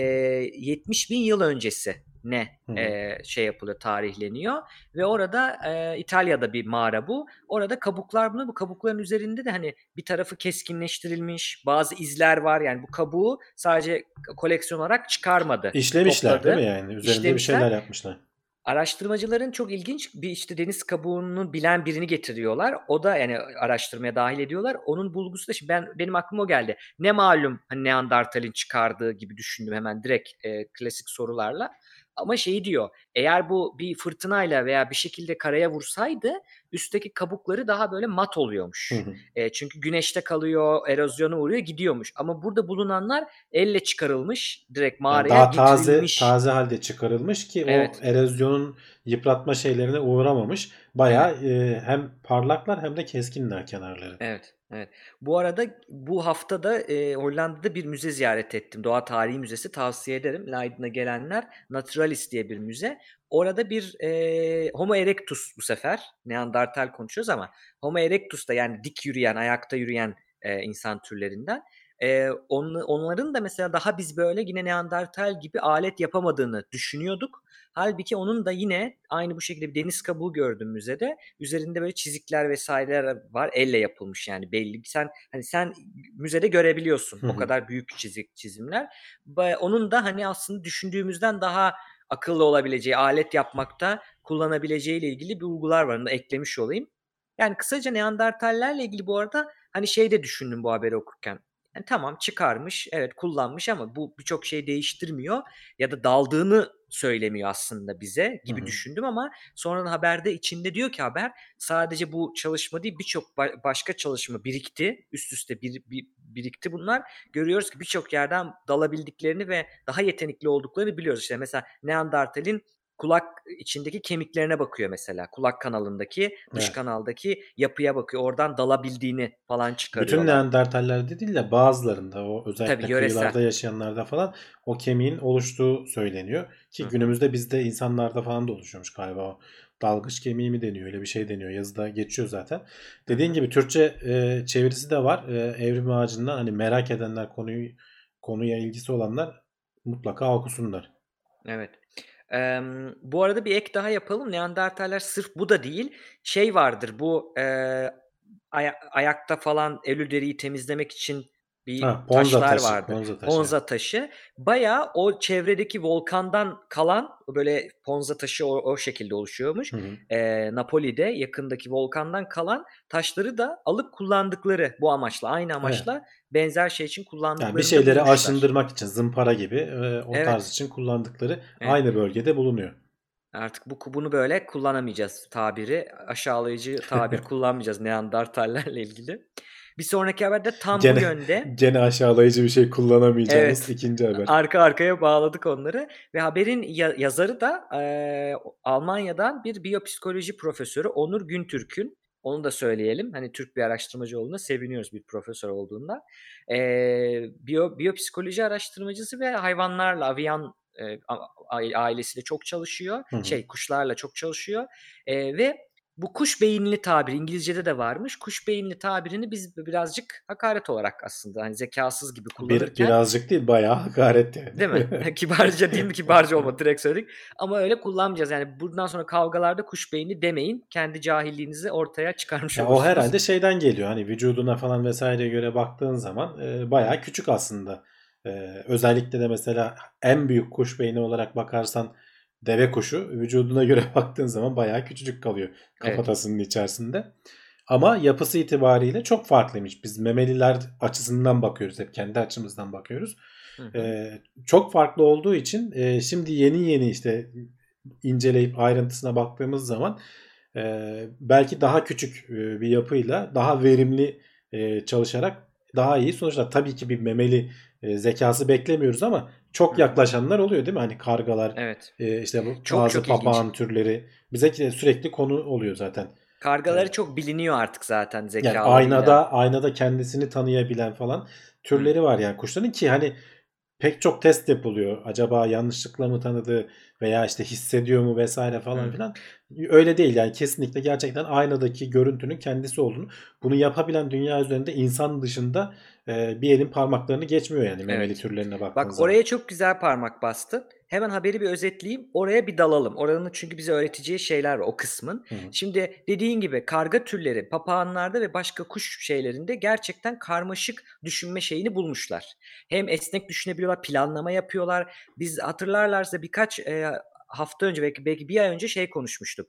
70 bin yıl öncesi yapılıyor, tarihleniyor ve orada İtalya'da bir mağara bu. Orada kabuklar bu kabukların üzerinde de hani bir tarafı keskinleştirilmiş, bazı izler var. Yani bu kabuğu sadece koleksiyon olarak çıkarmadı. İşlemişler Topladı. değil mi yani? Üzerinde bir şeyler yapmışlar. Araştırmacıların çok ilginç bir işte deniz kabuğunu bilen birini getiriyorlar. O da yani araştırmaya dahil ediyorlar. Onun bulgusu da şimdi benim aklıma o geldi. Ne malum hani Neandertal'in çıkardığı gibi düşündüm hemen direkt klasik sorularla. Ama diyor, eğer bu bir fırtınayla veya bir şekilde karaya vursaydı üstteki kabukları daha böyle mat oluyormuş. Çünkü güneşte kalıyor, erozyona uğruyor, gidiyormuş. Ama burada bulunanlar elle çıkarılmış, direkt mağaraya Yani daha getirilmiş. taze halde çıkarılmış ki Evet. o erozyonun yıpratma şeylerine uğramamış. Bayağı hem parlaklar hem de keskinler kenarları. Evet, evet. Bu arada bu hafta da Hollanda'da bir müze ziyaret ettim. Doğa Tarihi Müzesi, tavsiye ederim. Leiden'a gelenler, Naturalis diye bir müze. Orada bir Homo erectus, bu sefer Neandertal konuşuyoruz ama Homo erectus da yani dik yürüyen, ayakta yürüyen insan türlerinden. Onların da mesela daha biz böyle yine Neandertal gibi alet yapamadığını düşünüyorduk. Halbuki onun da yine aynı bu şekilde bir deniz kabuğu gördüm müzede. Üzerinde böyle çizikler vesaireler var. Elle yapılmış yani belli. Sen müzede görebiliyorsun. O kadar büyük çizimler. Onun da hani aslında düşündüğümüzden daha akıllı olabileceği, alet yapmakta kullanabileceği ile ilgili bir bulgular var. Onu da eklemiş olayım. Yani kısaca Neandertallerle ilgili bu arada hani de düşündüm bu haberi okurken. Yani tamam çıkarmış, evet kullanmış ama bu birçok şey değiştirmiyor ya da daldığını söylemiyor aslında bize gibi düşündüm ama sonradan haberde içinde diyor ki haber sadece bu çalışma değil birçok başka çalışma birikti. Üst üste birikti bunlar. Görüyoruz ki birçok yerden dalabildiklerini ve daha yetenekli olduklarını biliyoruz. İşte mesela Neandertal'in kulak içindeki kemiklerine bakıyor mesela. Kulak kanalındaki, dış kanaldaki yapıya bakıyor. Oradan dalabildiğini falan çıkarıyorlar. Bütün Neandertallerde değil de bazılarında, o özellikle Tabii, yöresel. kıyılarda yaşayanlarda falan o kemiğin oluştuğu söyleniyor. Ki günümüzde bizde insanlarda falan da oluşuyormuş galiba o. Dalgıç kemiği mi deniyor, öyle bir şey deniyor. Yazıda geçiyor zaten. Dediğin gibi Türkçe çevirisi de var. Evrim Ağacı'ndan hani merak edenler, konuya ilgisi olanlar mutlaka okusunlar. Evet. Bu arada bir ek daha yapalım. Neandertaller sırf bu da değil. Vardır bu ayakta falan ölü deriyi temizlemek için bir Ponza taşlar taşı, vardır. Ponza taşı. Ponza taşı. Bayağı o çevredeki volkandan kalan böyle Ponza taşı o şekilde oluşuyormuş. Napoli'de yakındaki volkandan kalan taşları da alıp kullandıkları bu amaçla, aynı amaçla benzer şey için kullandıklarını Yani bir şeyleri bulmuşlar. aşındırmak için zımpara gibi tarz için kullandıkları aynı bölgede bulunuyor. Artık bunu böyle kullanamayacağız tabiri. Aşağılayıcı tabir kullanmayacağız Neandertallerle ilgili. Bir sonraki haberde tam bu yönde. Gene aşağılayıcı bir şey kullanamayacağımız ikinci haber. Arka arkaya bağladık onları. Ve haberin yazarı da Almanya'dan bir biyopsikoloji profesörü Onur Güntürk'ün Onu da söyleyelim. Hani Türk bir araştırmacı olduğunda seviniyoruz, bir profesör olduğunda. Biyopsikoloji araştırmacısı ve hayvanlarla, avian ailesiyle çok çalışıyor. Hı hı. Kuşlarla çok çalışıyor. Ve bu kuş beyinli tabir İngilizce'de de varmış. Kuş beyinli tabirini biz birazcık hakaret olarak aslında hani zekasız gibi kullanırken, Birazcık değil, bayağı hakaret değil mi? yani. Kibarca değil mi? Kibarca olmadı, direkt söyledik. Ama öyle kullanmayacağız. Yani bundan sonra kavgalarda kuş beyni demeyin. Kendi cahilliğinizi ortaya çıkarmış Ya o olursunuz. herhalde şeyden geliyor. Hani vücuduna falan vesaireye göre baktığın zaman bayağı küçük aslında. Özellikle de mesela en büyük kuş beyni olarak bakarsan deve kuşu vücuduna göre baktığın zaman bayağı küçücük kalıyor Evet. kafatasının içerisinde. Ama yapısı itibariyle çok farklıymış. Biz memeliler açısından bakıyoruz. Hep kendi açımızdan bakıyoruz. Hı hı. Çok farklı olduğu için şimdi yeni işte inceleyip ayrıntısına baktığımız zaman belki daha küçük bir yapıyla daha verimli çalışarak daha iyi sonuçlar. Tabii ki bir memeli zekası beklemiyoruz ama çok Hı hı. yaklaşanlar oluyor değil mi? Hani kargalar, Evet. işte bu Çok bazı çok ilginç. papağan türleri bize sürekli konu oluyor zaten. Kargaları çok biliniyor artık zaten Yani zekalarıyla. aynada kendisini tanıyabilen falan Hı. türleri var yani kuşların ki hani pek çok test yapılıyor. Acaba yanlışlıkla mı tanıdı veya işte hissediyor mu vesaire falan Hı. filan. Öyle değil yani, kesinlikle gerçekten aynadaki görüntünün kendisi olduğunu, bunu yapabilen dünya üzerinde insan dışında bir elin parmaklarını geçmiyor yani memeli Evet. türlerine baktığın Bak, zaman. oraya çok güzel parmak bastın. Hemen haberi bir özetleyeyim. Oraya bir dalalım. Oranın çünkü bize öğreteceği şeyler var o kısmın. Hı hı. Şimdi dediğin gibi karga türleri, papağanlarda ve başka kuş şeylerinde gerçekten karmaşık düşünme şeyini bulmuşlar. Hem esnek düşünebiliyorlar, planlama yapıyorlar. Biz hatırlarlarsa birkaç hafta önce, belki bir ay önce şey konuşmuştuk.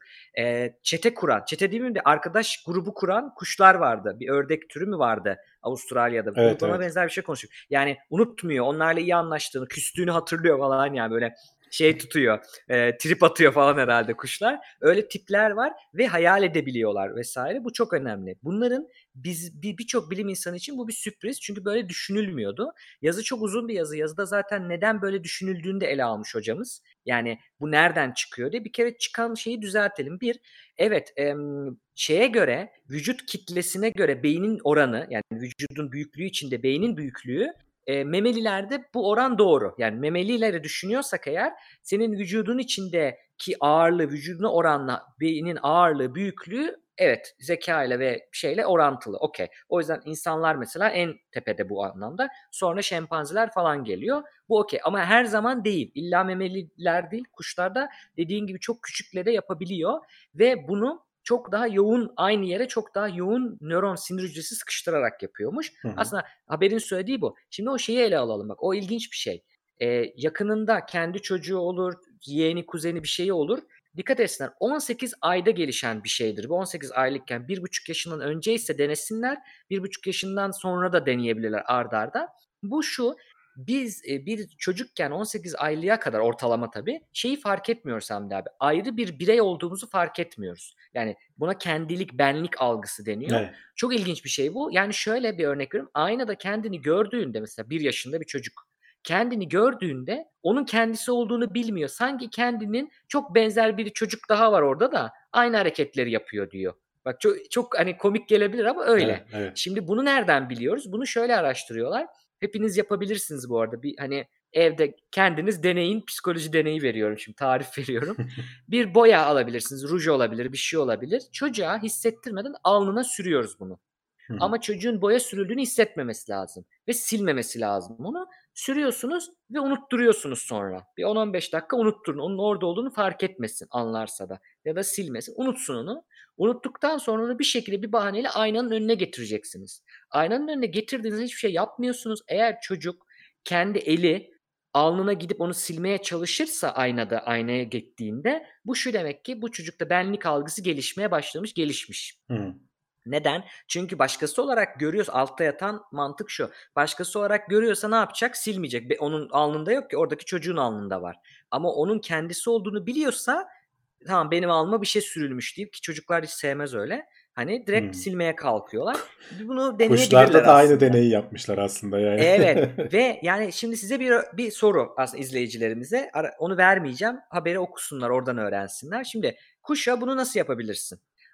Çete değil mi? Bir arkadaş grubu kuran kuşlar vardı. Bir ördek türü mü vardı Avustralya'da? Evet, Buna evet. benzer bir şey konuştuk. Yani unutmuyor. Onlarla iyi anlaştığını, küstüğünü hatırlıyor falan, yani böyle şey tutuyor. Trip atıyor falan herhalde kuşlar. Öyle tipler var ve hayal edebiliyorlar vesaire. Bu çok önemli. Bunların birçok bilim insanı için bu bir sürpriz. Çünkü böyle düşünülmüyordu. Yazı çok uzun bir yazı. Yazıda zaten neden böyle düşünüldüğünü de ele almış hocamız. Yani bu nereden çıkıyor diye. Bir kere çıkan şeyi düzeltelim. Evet, şeye göre, vücut kitlesine göre beynin oranı, yani vücudun büyüklüğü içinde beynin büyüklüğü, memelilerde bu oran doğru. Yani memelileri düşünüyorsak eğer, senin vücudun içindeki ağırlığı, vücuduna oranla beynin ağırlığı, büyüklüğü, evet, zeka ile ve şeyle orantılı. Okey. O yüzden insanlar mesela en tepede bu anlamda. Sonra şempanzeler falan geliyor. Bu okey. Ama her zaman değil. İlla memeliler değil. Kuşlarda dediğin gibi çok küçükle de yapabiliyor. Ve bunu çok daha yoğun, aynı yere çok daha yoğun nöron, sinir hücresi sıkıştırarak yapıyormuş. Hı hı. Aslında haberin söylediği bu. Şimdi o şeyi ele alalım bak. O ilginç bir şey. Yakınında kendi çocuğu olur, yeğeni, kuzeni bir şeyi olur. Dikkat etsinler, 18 ayda gelişen bir şeydir. Bu 18 aylıkken 1,5 yaşından önceyse denesinler. 1,5 yaşından sonra da deneyebilirler ard arda. Bu şu: biz bir çocukken 18 aylığa kadar ortalama tabii şeyi fark etmiyoruz Hamdi abi. Ayrı bir birey olduğumuzu fark etmiyoruz. Yani buna kendilik, benlik algısı deniyor. Evet. Çok ilginç bir şey bu. Yani şöyle bir örnek veriyorum. Aynada kendini gördüğünde, mesela 1 yaşında bir çocuk kendini gördüğünde onun kendisi olduğunu bilmiyor. Sanki kendinin çok benzer bir çocuk daha var orada da aynı hareketleri yapıyor diyor. Bak, çok hani komik gelebilir ama Evet, öyle. evet. Şimdi bunu nereden biliyoruz? Bunu şöyle araştırıyorlar. Hepiniz yapabilirsiniz bu arada. Bir hani evde kendiniz deneyin, psikoloji deneyi veriyorum şimdi, tarif veriyorum. Bir boya alabilirsiniz, ruj olabilir, bir şey olabilir. Çocuğa hissettirmeden alnına sürüyoruz bunu. Hı hı. Ama çocuğun boya sürüldüğünü hissetmemesi lazım ve silmemesi lazım onu. Sürüyorsunuz ve unutturuyorsunuz sonra. Bir 10-15 dakika unutturun. Onun orada olduğunu fark etmesin, anlarsa da. Ya da silmesin. Unutsun onu. Unuttuktan sonra onu bir şekilde, bir bahaneyle aynanın önüne getireceksiniz. Aynanın önüne getirdiğinizde hiçbir şey yapmıyorsunuz. Eğer çocuk kendi eli alnına gidip onu silmeye çalışırsa aynaya gittiğinde, bu şu demek ki bu çocukta benlik algısı gelişmeye başlamış, gelişmiş. Hı hı. Neden? Çünkü başkası olarak görüyorsa, altta yatan mantık şu: başkası olarak görüyorsa ne yapacak? Silmeyecek. Onun alnında yok ki, oradaki çocuğun alnında var. Ama onun kendisi olduğunu biliyorsa, tamam, benim alnıma bir şey sürülmüş deyip, ki çocuklar hiç sevmez öyle. Hani direkt Hı. silmeye kalkıyorlar. Bunu deneyebilirler Kuşlarda da aynı aslında. deneyi yapmışlar aslında yani. Evet ve yani şimdi size bir soru aslında, izleyicilerimize. Onu vermeyeceğim. Haberi okusunlar, oradan öğrensinler. Şimdi kuşa bunu nasıl yapabilirsin?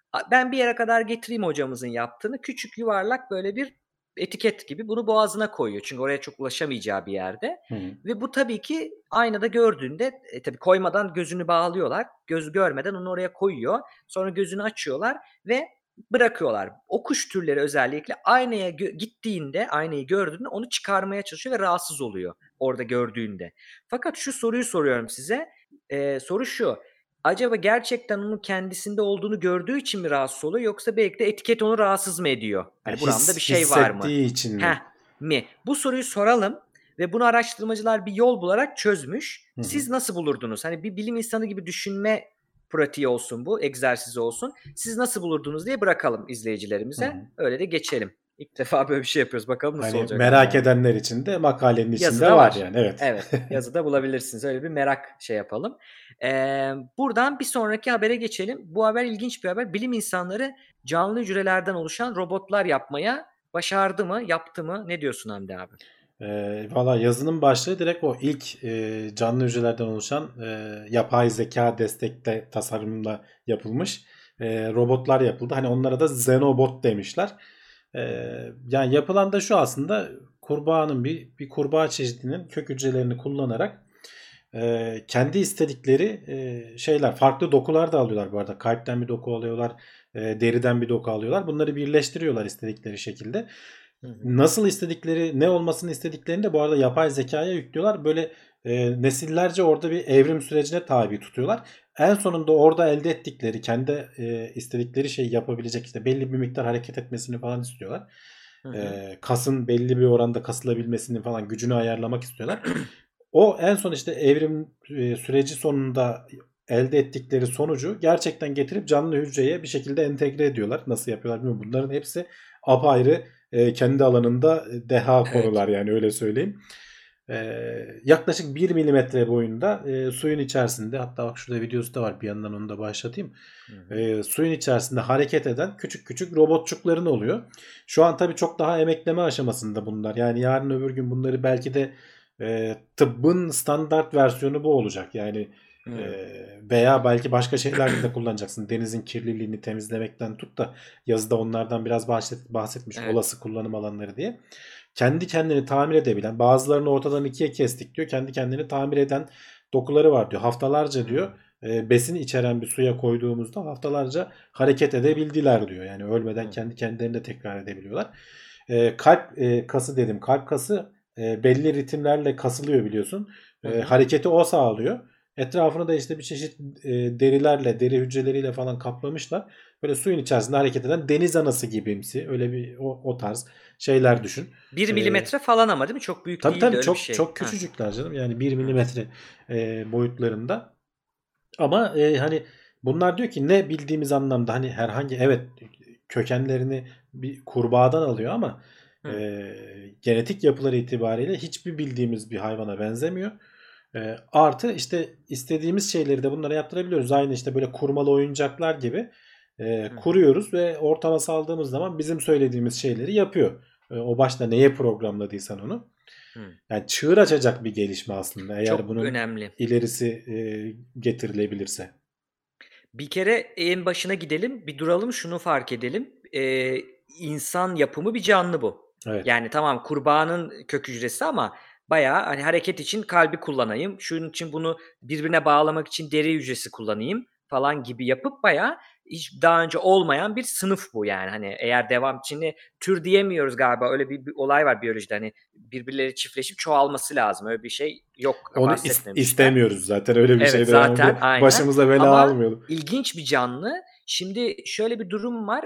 Ben bir yere kadar getireyim hocamızın yaptığını. Küçük yuvarlak böyle bir etiket gibi bunu boğazına koyuyor. Çünkü oraya çok ulaşamayacağı bir yerde. Hı hı. Ve bu tabii ki aynada gördüğünde tabii koymadan gözünü bağlıyorlar. Göz görmeden onu oraya koyuyor. Sonra gözünü açıyorlar ve bırakıyorlar. O kuş türleri özellikle aynaya gittiğinde, aynayı gördüğünde onu çıkarmaya çalışıyor ve rahatsız oluyor orada gördüğünde. Fakat şu soruyu soruyorum size. Soru şu. Acaba gerçekten onun kendisinde olduğunu gördüğü için mi rahatsız oluyor yoksa belki de etiket onu rahatsız mı ediyor? Hani buramda bir şey var mı? Hissettiği için mi? Mi? Bu soruyu soralım ve bunu araştırmacılar bir yol bularak çözmüş. Hı hı. Siz nasıl bulurdunuz? Hani bir bilim insanı gibi düşünme pratiği olsun bu, egzersizi olsun. Siz nasıl bulurdunuz diye bırakalım izleyicilerimize. Hı hı. Öyle de geçelim. İlk defa böyle bir şey yapıyoruz. Bakalım nasıl Hani olacak. merak edenler için de makalenin içinde Yazıda var var. yani. Evet. Evet, yazıda bulabilirsiniz. Öyle bir merak şey yapalım. Buradan bir sonraki habere geçelim. Bu haber ilginç bir haber. Bilim insanları canlı hücrelerden oluşan robotlar yapmaya başardı mı, yaptı mı? Ne diyorsun Hamdi abi? Valla yazının başlığı direkt o ilk canlı hücrelerden oluşan yapay zeka destekli tasarımla yapılmış robotlar yapıldı. Hani onlara da Xenobot demişler. Yani yapılan da şu aslında kurbağanın bir kurbağa çeşidinin kök hücrelerini kullanarak kendi istedikleri şeyler, farklı dokular da alıyorlar bu arada. Kalpten bir doku alıyorlar, deriden bir doku alıyorlar. Bunları birleştiriyorlar istedikleri şekilde. Nasıl istedikleri, ne olmasını istediklerini de bu arada yapay zekaya yüklüyorlar. Böyle nesillerce orada bir evrim sürecine tabi tutuyorlar. En sonunda orada elde ettikleri, kendi istedikleri şeyi yapabilecek, işte belli bir miktar hareket etmesini falan istiyorlar. Kasın belli bir oranda kasılabilmesini falan, gücünü ayarlamak istiyorlar. O en son işte evrim süreci sonunda elde ettikleri sonucu gerçekten getirip canlı hücreye bir şekilde entegre ediyorlar. Nasıl yapıyorlar bilmiyorum. Bunların hepsi apayrı kendi alanında deha konular, yani öyle söyleyeyim. Yaklaşık 1 milimetre boyunda suyun içerisinde, hatta bak şurada videosu da var, bir yandan onu da başlatayım. Suyun içerisinde hareket eden küçük küçük robotçukların oluyor. Şu an tabii çok daha emekleme aşamasında bunlar. Yani yarın öbür gün bunları belki de tıbbın standart versiyonu bu olacak. Yani veya belki başka şeylerde de kullanacaksın. Denizin kirliliğini temizlemekten tut da yazıda onlardan biraz bahsetmiş, Evet. olası kullanım alanları diye. Kendi kendini tamir edebilen, bazılarını ortadan ikiye kestik diyor. Kendi kendini tamir eden dokuları var diyor. Haftalarca diyor besin içeren bir suya koyduğumuzda haftalarca hareket edebildiler diyor. Yani ölmeden kendi kendilerini de tekrar edebiliyorlar. Kalp kası dedim. Kalp kası belli ritimlerle kasılıyor biliyorsun. Hareketi o sağlıyor. Etrafını da işte bir çeşit derilerle, deri hücreleriyle falan kaplamışlar. Böyle suyun içerisinde hareket eden deniz anası gibimsi. Öyle bir o tarz şeyler düşün. 1 milimetre falan ama değil mi? Çok büyük Tabii değil de tabii öyle bir şey. çok küçücükler canım. Yani 1 milimetre boyutlarında. Ama hani bunlar diyor ki ne bildiğimiz anlamda, hani herhangi, evet, kökenlerini bir kurbağadan alıyor ama genetik yapıları itibariyle hiçbir bildiğimiz bir hayvana benzemiyor. Artı işte istediğimiz şeyleri de bunlara yaptırabiliyoruz. Aynı işte böyle kurmalı oyuncaklar gibi kuruyoruz ve ortama saldığımız zaman bizim söylediğimiz şeyleri yapıyor. O başta neye programladıysan onu. Yani çığır açacak bir gelişme aslında, eğer Çok bunun önemli. ilerisi getirilebilirse. Bir kere en başına gidelim, bir duralım, şunu fark edelim. İnsan yapımı bir canlı bu. Evet. Yani tamam kurbağanın kök hücresi ama bayağı hani hareket için kalbi kullanayım, şunun için bunu birbirine bağlamak için deri hücresi kullanayım falan gibi yapıp bayağı hiç daha önce olmayan bir sınıf bu yani. Hani eğer devam için tür diyemiyoruz galiba, öyle bir olay var biyolojide, hani birbirleri çiftleşip çoğalması lazım. Öyle bir şey yok, Onu bahsetmemişler. istemiyoruz zaten, öyle bir Evet, şey de zaten yani aynen. başımıza bela Ama almayalım. ilginç bir canlı. Şimdi şöyle bir durum var.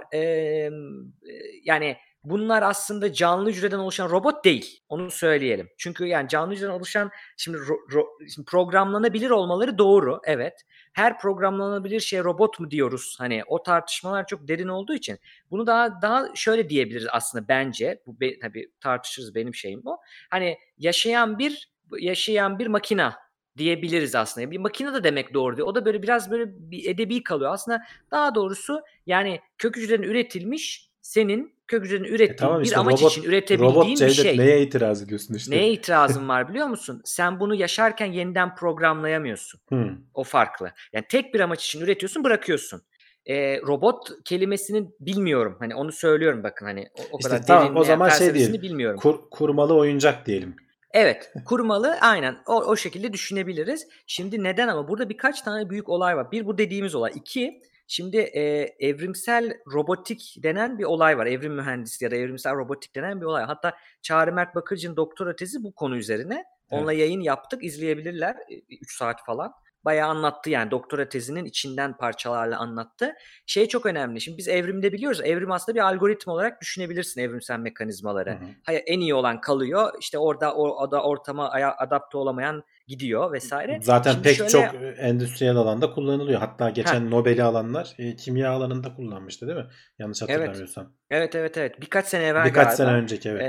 Yani bunlar aslında canlı hücreden oluşan robot değil. Onu söyleyelim. Çünkü yani canlı hücreden oluşan şimdi programlanabilir olmaları doğru. Evet. Her programlanabilir şey robot mu diyoruz? Hani o tartışmalar çok derin olduğu için bunu daha şöyle diyebiliriz aslında bence. Bu tabii tartışırız, benim şeyim bu. Hani yaşayan bir makina diyebiliriz aslında. Bir makine de demek doğru değil. O da böyle biraz böyle bir edebi kalıyor. Aslında daha doğrusu yani kök hücreden üretilmiş, senin kök hücreden ürettiğin Tamam bir işte amaç için robot üretebildiğin bir Cevdet, şey. neye itiraz ediyorsun işte? Neye itirazın var biliyor musun? Sen bunu yaşarken yeniden programlayamıyorsun. O farklı. Yani tek bir amaç için üretiyorsun, bırakıyorsun. robot kelimesini bilmiyorum. Hani onu söylüyorum bakın hani o İşte kadar tamam, o derinleyen zaman şey felsefesini diyelim. bilmiyorum. Kurmalı oyuncak diyelim. Evet, kurmalı aynen o şekilde düşünebiliriz. Şimdi neden ama burada birkaç tane büyük olay var. Bir bu dediğimiz olay. İki, şimdi evrimsel robotik denen bir olay var. Evrim mühendisliği ya da evrimsel robotik denen bir olay. Hatta Çağrı Mert Bakırcı'nın doktora tezi bu konu üzerine. Onunla Evet. yayın yaptık, izleyebilirler. 3 saat falan. Bayağı anlattı yani doktora tezinin içinden parçalarla anlattı. Şey çok önemli. Şimdi biz evrimde biliyoruz. Evrim aslında bir algoritma olarak düşünebilirsin evrimsel mekanizmaları. Hı hı. Hayır, en iyi olan kalıyor. İşte orada o da ortama adapte olamayan gidiyor vesaire. Zaten Şimdi pek şöyle çok endüstriyel alanda kullanılıyor. Hatta ha geçen Nobel'i alanlar kimya alanında kullanmıştı değil mi? Yanlış evet. hatırlamıyorsam. Evet. Birkaç sene evvel Birkaç sene galiba. önceki, evet.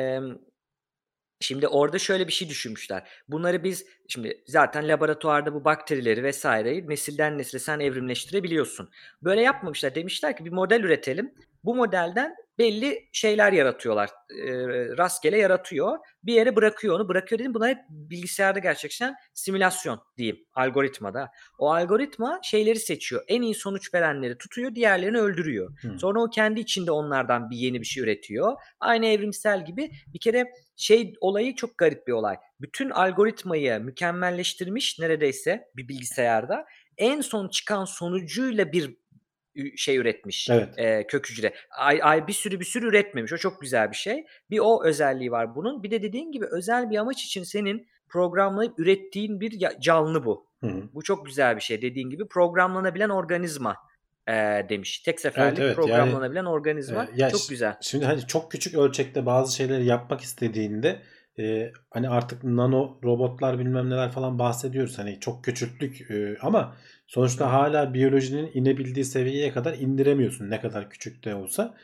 Şimdi orada şöyle bir şey düşünmüşler. Bunları biz şimdi zaten laboratuvarda bu bakterileri vesaireyi nesilden nesile sen evrimleştirebiliyorsun. Böyle yapmamışlar. Demişler ki bir model üretelim. Bu modelden belli şeyler yaratıyorlar. Rastgele yaratıyor. Bir yere bırakıyor onu. Bırakıyor dedim. Bunlar hep bilgisayarda gerçekleşen simülasyon diyeyim. Algoritmada. O algoritma şeyleri seçiyor. En iyi sonuç verenleri tutuyor. Diğerlerini öldürüyor. Hı. Sonra o kendi içinde onlardan yeni bir şey üretiyor. Aynı evrimsel gibi bir kere şey olayı çok garip bir olay. Bütün algoritmayı mükemmelleştirmiş neredeyse bir bilgisayarda en son çıkan sonucuyla bir şey üretmiş Evet. kök hücre. Bir sürü üretmemiş. O çok güzel bir şey. Bir o özelliği var bunun. Bir de dediğin gibi özel bir amaç için senin programlayıp ürettiğin bir canlı bu. Hı hı. Bu çok güzel bir şey. Dediğin gibi programlanabilen organizma demiş. Tek Evet, seferlik evet. Yani programlanabilen organizma. ya Çok güzel. şimdi hani çok küçük ölçekte bazı şeyleri yapmak istediğinde hani artık nano robotlar bilmem neler falan bahsediyoruz. Hani çok küçüklük ama sonuçta Evet. hala biyolojinin inebildiği seviyeye kadar indiremiyorsun ne kadar küçük de olsa.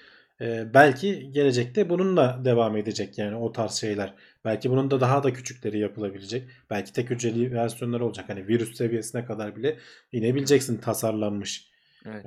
Belki gelecekte bununla devam edecek yani o tarz şeyler. Belki bunun da daha da küçükleri yapılabilecek. Belki tek hücreli versiyonları olacak. Hani virüs seviyesine kadar bile inebileceksin tasarlanmış. Evet.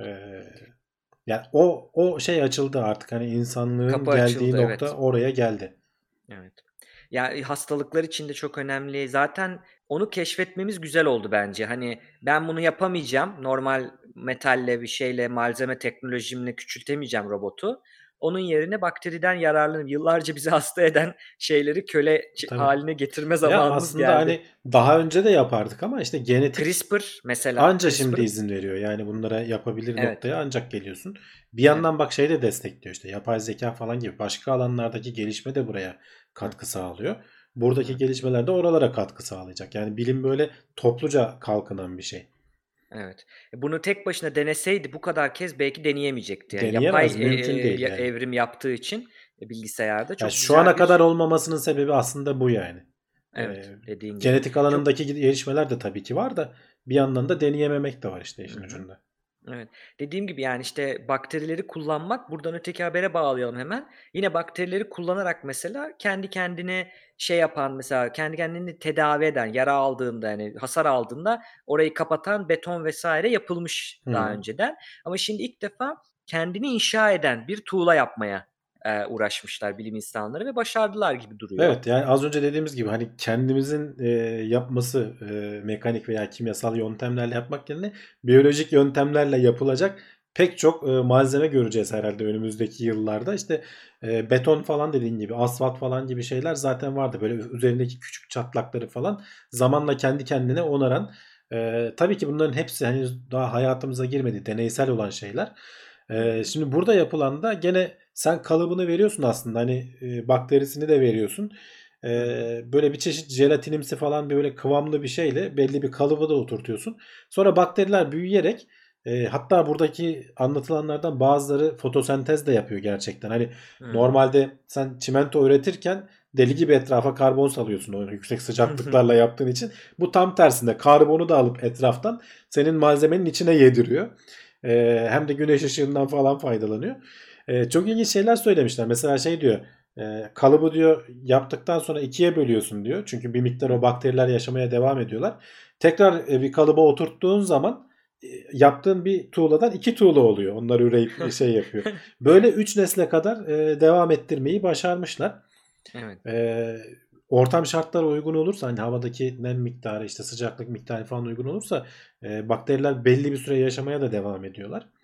Yani o şey açıldı artık, hani insanlığın Kapı geldiği açıldı, nokta evet. oraya geldi. Evet. Ya hastalıklar için de çok önemli. Zaten onu keşfetmemiz güzel oldu bence. Hani ben bunu yapamayacağım. Normal metalle bir şeyle malzeme teknolojimle küçültemeyeceğim robotu. Onun yerine bakteriden yararlanıp yıllarca bizi hasta eden şeyleri köle Tabii. haline getirme Ya zamanımız aslında geldi. hani daha önce de yapardık ama işte genetik CRISPR mesela. anca şimdi CRISPR'ı izin veriyor. Yani bunlara yapabilir evet. noktaya ancak geliyorsun. Bir Evet. yandan bak şey de destekliyor, işte yapay zeka falan gibi başka alanlardaki gelişme de buraya Hı, katkı sağlıyor. Buradaki evet. gelişmeler de oralara katkı sağlayacak. Yani bilim böyle topluca kalkınan bir şey. Evet. Bunu tek başına deneseydi bu kadar kez belki deneyemeyecekti. Yani yapay Deneyemez, mümkün değil yani. evrim yaptığı için bilgisayarda Yani çok şu ana güzel kadar bir olmamasının sebebi aslında bu yani. evet dediğin gibi Genetik çok alanındaki gelişmeler de tabii ki var da bir yandan da deneyememek de var işte hı işin hı. ucunda. Evet. Dediğim gibi yani işte bakterileri kullanmak buradan öteki habere bağlayalım hemen. Yine bakterileri kullanarak mesela kendi kendine şey yapan mesela kendi kendini tedavi eden yara aldığında yani hasar aldığında orayı kapatan beton vesaire yapılmış Hı daha hı. önceden. Ama şimdi ilk defa kendini inşa eden bir tuğla yapmaya uğraşmışlar bilim insanları ve başardılar gibi duruyor. Evet, yani az önce dediğimiz gibi hani kendimizin yapması mekanik veya kimyasal yöntemlerle yapmak yerine biyolojik yöntemlerle yapılacak pek çok malzeme göreceğiz herhalde önümüzdeki yıllarda. İşte beton falan dediğin gibi, asfalt falan gibi şeyler zaten vardı. Böyle üzerindeki küçük çatlakları falan zamanla kendi kendine onaran. Tabii ki bunların hepsi henüz daha hayatımıza girmedi. Deneysel olan şeyler. Hı hı. Şimdi burada yapılan da gene sen kalıbını veriyorsun aslında. Hani bakterisini de veriyorsun. Hı hı. Böyle bir çeşit jelatinimsi falan bir böyle kıvamlı bir şeyle belli bir kalıbı da oturtuyorsun. Sonra bakteriler büyüyerek hatta buradaki anlatılanlardan bazıları fotosentez de yapıyor gerçekten. Hani Hımm. normalde sen çimento üretirken deli gibi etrafa karbon salıyorsun o yüksek sıcaklıklarla yaptığın için. Bu tam tersinde karbonu da alıp etraftan senin malzemenin içine yediriyor. Hem de güneş ışığından falan faydalanıyor. Çok ilginç şeyler söylemişler. Mesela şey diyor, kalıbı diyor yaptıktan sonra ikiye bölüyorsun diyor. Çünkü bir miktar o bakteriler yaşamaya devam ediyorlar. Tekrar bir kalıba oturttuğun zaman yaptığın bir tuğladan iki tuğla oluyor. Onlar üreyip şey yapıyor. Böyle 3 nesle kadar devam ettirmeyi başarmışlar. Evet. E, Ortam şartları uygun olursa, hani havadaki nem miktarı işte sıcaklık miktarı falan uygun olursa bakteriler belli bir süre yaşamaya da devam ediyorlar. Hı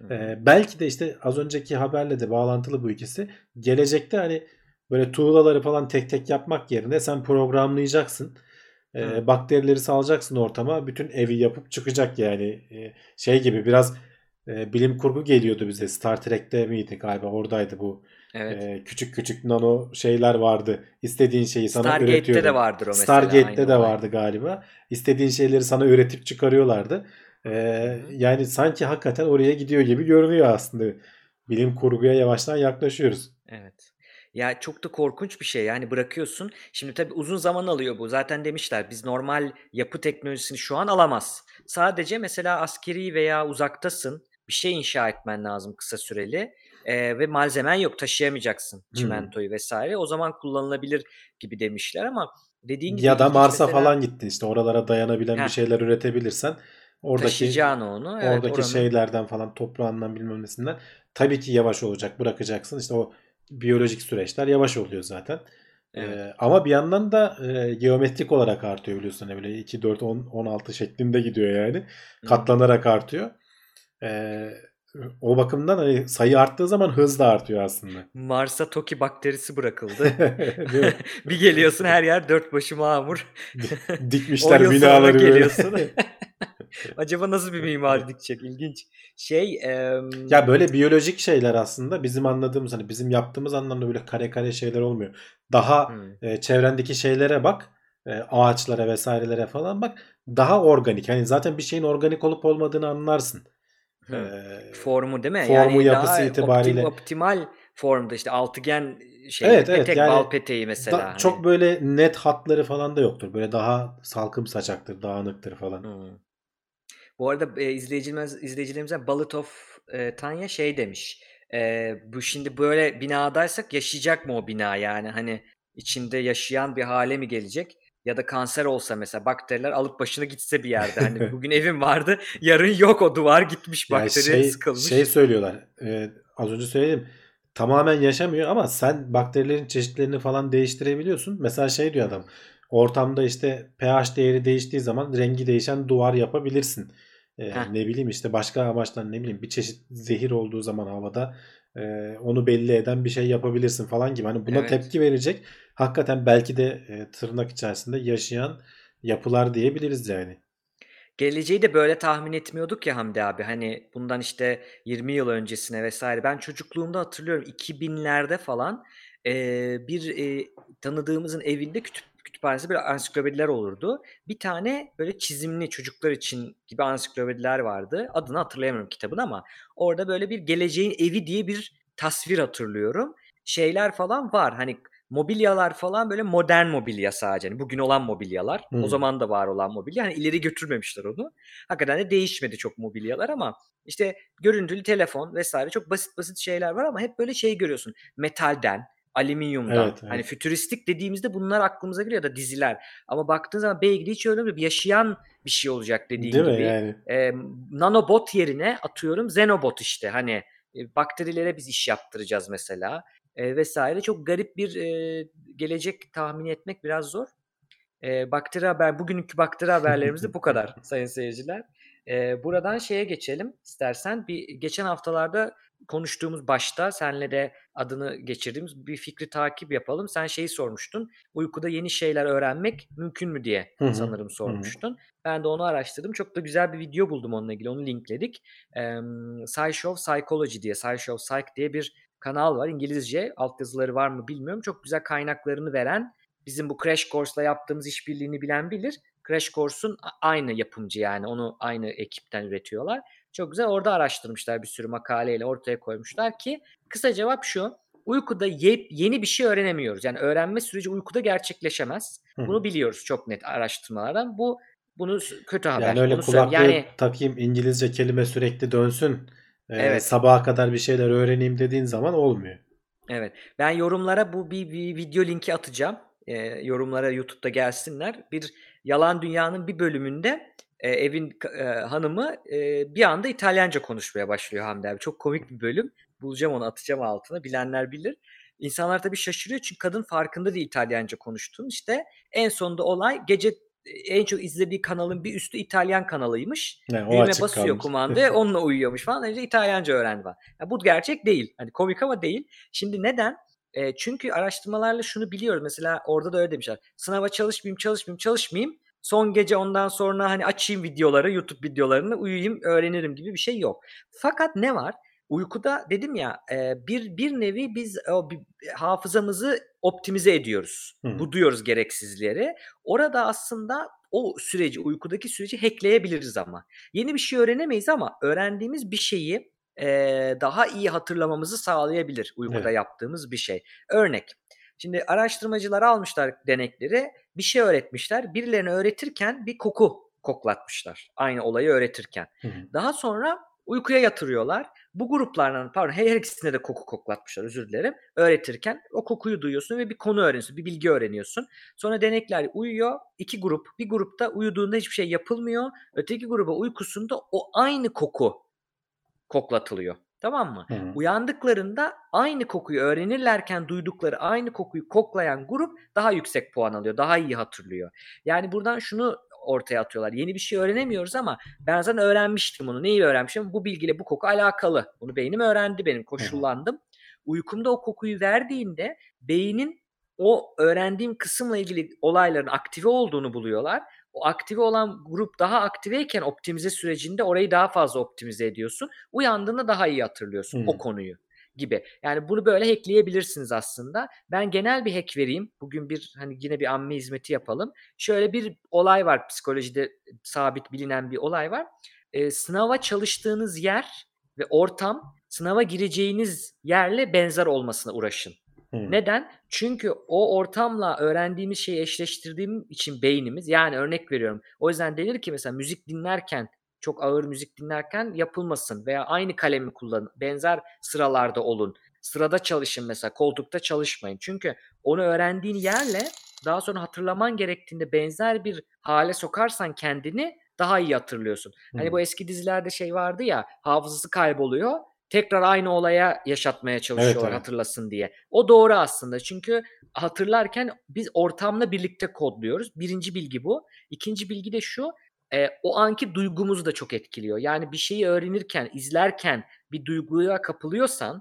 Hı hı. Belki de işte az önceki haberle de bağlantılı bu ikisi. Gelecekte hani böyle tuğlaları falan tek tek yapmak yerine sen programlayacaksın. Hı. Bakterileri salacaksın ortama. Bütün evi yapıp çıkacak yani. Şey gibi biraz bilim kurgu geliyordu bize. Star Trek'te miydi galiba? Oradaydı bu. Evet. Küçük küçük nano şeyler vardı. İstediğin şeyi sana Stargate'te de üretiyordu. vardır o mesela Stargate'te aynı de olay. vardı galiba. İstediğin şeyleri sana üretip çıkarıyorlardı. Hı hı. Yani sanki hakikaten oraya gidiyor gibi görünüyor aslında. Bilim kurguya yavaştan yaklaşıyoruz. Evet. Ya çok da korkunç bir şey. Yani bırakıyorsun. Şimdi tabii uzun zaman alıyor bu. Zaten demişler biz normal yapı teknolojisini şu an alamaz. Sadece mesela askeri veya uzaktasın. Bir şey inşa etmen lazım kısa süreli. Ve malzemen yok, taşıyamayacaksın Hmm. çimentoyu vesaire. O zaman kullanılabilir gibi demişler ama dediğin gibi Ya da ilginç Mars'a mesela falan gittin işte oralara dayanabilen bir heh, şeyler üretebilirsen oradaki taşıyacağın onu. Evet, oradaki oranın. şeylerden falan toprağından bilmem nesinden tabii ki yavaş olacak bırakacaksın. İşte o biyolojik süreçler yavaş oluyor zaten. Evet. Ama bir yandan da geometrik olarak artıyor biliyorsun. Hani böyle 2, 4, 10, 16 şeklinde gidiyor yani. Hı hı. Katlanarak artıyor. Ee, O bakımdan hani sayı arttığı zaman hız da artıyor aslında. Mars'a Toki bakterisi bırakıldı. Değil mi? Bir geliyorsun her yer dört başı mamur. 10 Dikmişler yıl sonra binaları böyle. geliyorsun. Acaba nasıl bir mimari dikecek? İlginç. Şey, Ya böyle biyolojik şeyler aslında bizim anladığımız hani bizim yaptığımız anlamda böyle kare kare şeyler olmuyor. Daha hmm, çevrendeki şeylere bak, ağaçlara vesairelere falan bak. Daha organik. Hani zaten bir şeyin organik olup olmadığını anlarsın. E, hmm. Formu değil mi? Formu Yani yapısı daha itibariyle. optimal formda işte altıgen Evet şeyi, evet petek, bal yani peteği mesela çok hani. böyle net hatları falan da yoktur. Böyle daha salkım saçaktır, dağınıktır falan. Hmm. Bu arada izleyicilerimizden Bullet of Tanya şey demiş. Bu şimdi böyle binadaysak yaşayacak mı o bina yani? Hani içinde yaşayan bir hale mi gelecek? Ya da kanser olsa mesela bakteriler alıp başını gitse bir yerde. Hani bugün evim vardı, yarın yok o duvar gitmiş, Yani bakteri şey sıkılmış. söylüyorlar. Az önce söyledim. Tamamen yaşamıyor ama sen bakterilerin çeşitlerini falan değiştirebiliyorsun. Mesela şey diyor adam. Hmm. Ortamda işte pH değeri değiştiği zaman rengi değişen duvar yapabilirsin. Heh, Ne bileyim işte başka amaçlar ne bileyim bir çeşit zehir olduğu zaman havada onu belli eden bir şey yapabilirsin falan gibi. Hani buna evet. tepki verecek. Hakikaten belki de tırnak içerisinde yaşayan yapılar diyebiliriz yani. Geleceği de böyle tahmin etmiyorduk ya Hamdi abi. Hani bundan işte 20 yıl öncesine vesaire. Ben çocukluğumda hatırlıyorum 2000'lerde falan bir tanıdığımızın evinde kütüphanesi böyle ansiklopediler olurdu. Bir tane böyle çizimli çocuklar için gibi ansiklopediler vardı. Adını hatırlayamıyorum kitabın ama orada böyle bir geleceğin evi diye bir tasvir hatırlıyorum. Şeyler falan var. Hani mobilyalar falan böyle modern mobilya sadece. Yani bugün olan mobilyalar. O Hmm. zaman da var olan mobilya. Yani ileri götürmemişler onu. Hakikaten de değişmedi çok mobilyalar ama işte görüntülü telefon vesaire çok basit basit şeyler var ama hep böyle şey görüyorsun. Metalden, alüminyumdan. Evet Hani evet. fütüristik dediğimizde bunlar aklımıza geliyor ya da diziler. Ama baktığın zaman belki de hiç öyle bir yaşayan bir şey olacak dediğin Değil mi gibi. yani? Nanobot yerine atıyorum Xenobot işte hani bakterilere biz iş yaptıracağız mesela vesaire. Çok garip bir gelecek tahmin etmek biraz zor. Bakteri haber bugünkü bakteri haberlerimiz de bu kadar sayın seyirciler. Buradan şeye geçelim istersen. Bir geçen haftalarda konuştuğumuz başta senle de adını geçirdiğimiz bir fikri takip yapalım. Sen şeyi sormuştun. Uykuda yeni şeyler öğrenmek mümkün mü diye Hı hı. sanırım Hı hı. sormuştun. Ben de onu araştırdım. Çok da güzel bir video buldum onunla ilgili. Onu linkledik. SciShow Psychology diye, SciShow Psych diye bir kanal var. İngilizce altyazıları var mı bilmiyorum. Çok güzel kaynaklarını veren bizim bu Crash Course'la yaptığımız işbirliğini bilen bilir. Crash Course'un aynı yapımcı yani onu aynı ekipten üretiyorlar. Çok güzel orada araştırmışlar bir sürü makaleyle ortaya koymuşlar ki kısa cevap şu. Uykuda yeni bir şey öğrenemiyoruz. Yani öğrenme süreci uykuda gerçekleşemez. Hı hı. Bunu biliyoruz çok net araştırmalardan. Bunu kötü Yani haber. öyle Bunu söyle. Yani kulaklığı takayım İngilizce kelime sürekli dönsün evet. sabaha kadar bir şeyler öğreneyim dediğin zaman olmuyor. Evet. Ben yorumlara bu bir video linki atacağım. Yorumlara YouTube'da gelsinler. Bir Yalan Dünya'nın bir bölümünde evin hanımı bir anda İtalyanca konuşmaya başlıyor Hamdi abi. Çok komik bir bölüm. Bulacağım onu atacağım altına. Bilenler bilir. İnsanlar tabii şaşırıyor çünkü kadın farkında değil İtalyanca konuştuğunu. İşte en sonunda olay gece en çok izlediği kanalın bir üstü İtalyan kanalıymış. Yani o Düğme açık basıyor kalmış. kumandaya, onunla uyuyormuş falan. Önce İtalyanca öğrendi falan. Ya bu gerçek değil. Hani komik ama değil. Şimdi neden? Çünkü araştırmalarla şunu biliyoruz. Mesela orada da öyle demişler. Sınava çalışmayayım. Son gece ondan sonra hani açayım videoları, YouTube videolarını, uyuyayım, öğrenirim gibi bir şey yok. Fakat ne var? Uykuda dedim ya bir nevi biz hafızamızı optimize ediyoruz. Hı. Buduyoruz gereksizleri. Orada aslında o süreci, uykudaki süreci hackleyebiliriz ama. Yeni bir şey öğrenemeyiz ama öğrendiğimiz bir şeyi daha iyi hatırlamamızı sağlayabilir uykuda Evet. yaptığımız bir şey. Örnek. Şimdi araştırmacılar almışlar denekleri, bir şey öğretmişler. Birilerine öğretirken bir koku koklatmışlar. Aynı olayı öğretirken. Hı. Daha sonra uykuya yatırıyorlar. Bu gruplardan, pardon, her ikisine de koku koklatmışlar, özür dilerim. Öğretirken o kokuyu duyuyorsun ve bir konu öğreniyorsun, bir bilgi öğreniyorsun. Sonra denekler uyuyor. İki grup. Bir grupta uyuduğunda hiçbir şey yapılmıyor. Öteki gruba uykusunda o aynı koku koklatılıyor. Tamam mı? Hı. Uyandıklarında aynı kokuyu öğrenirlerken duydukları aynı kokuyu koklayan grup daha yüksek puan alıyor. Daha iyi hatırlıyor. Yani buradan şunu ortaya atıyorlar. Yeni bir şey öğrenemiyoruz ama ben zaten öğrenmiştim bunu. Neyi öğrenmişim? Bu bilgiyle bu koku alakalı. Bunu beynim öğrendi benim. Hı. Koşullandım. Uykumda o kokuyu verdiğinde beynin o öğrendiğim kısımla ilgili olayların aktive olduğunu buluyorlar. O aktive olan grup daha aktiveyken optimize sürecinde orayı daha fazla optimize ediyorsun. Uyandığında daha iyi hatırlıyorsun o konuyu gibi. Yani bunu böyle hackleyebilirsiniz aslında. Ben genel bir hack vereyim. Bugün hani yine bir amme hizmeti yapalım. Şöyle bir olay var, psikolojide sabit bilinen bir olay var. Sınava çalıştığınız yer ve ortam sınava gireceğiniz yerle benzer olmasına uğraşın. Hı. Neden? Çünkü o ortamla öğrendiğimiz şeyi eşleştirdiğim için beynimiz, yani örnek veriyorum. O yüzden denir ki mesela müzik dinlerken, çok ağır müzik dinlerken yapılmasın veya aynı kalemi kullanın. Benzer sıralarda olun. Sırada çalışın mesela, koltukta çalışmayın. Çünkü onu öğrendiğin yerle daha sonra hatırlaman gerektiğinde benzer bir hale sokarsan kendini daha iyi hatırlıyorsun. Hani bu eski dizilerde şey vardı ya, hafızası kayboluyor. Tekrar aynı olaya yaşatmaya Evet, çalışıyorlar evet. hatırlasın diye. O doğru aslında. Çünkü hatırlarken biz ortamla birlikte kodluyoruz. Birinci bilgi bu. İkinci bilgi de şu. O anki duygumuzu da çok etkiliyor. Yani bir şeyi öğrenirken, izlerken bir duyguya kapılıyorsan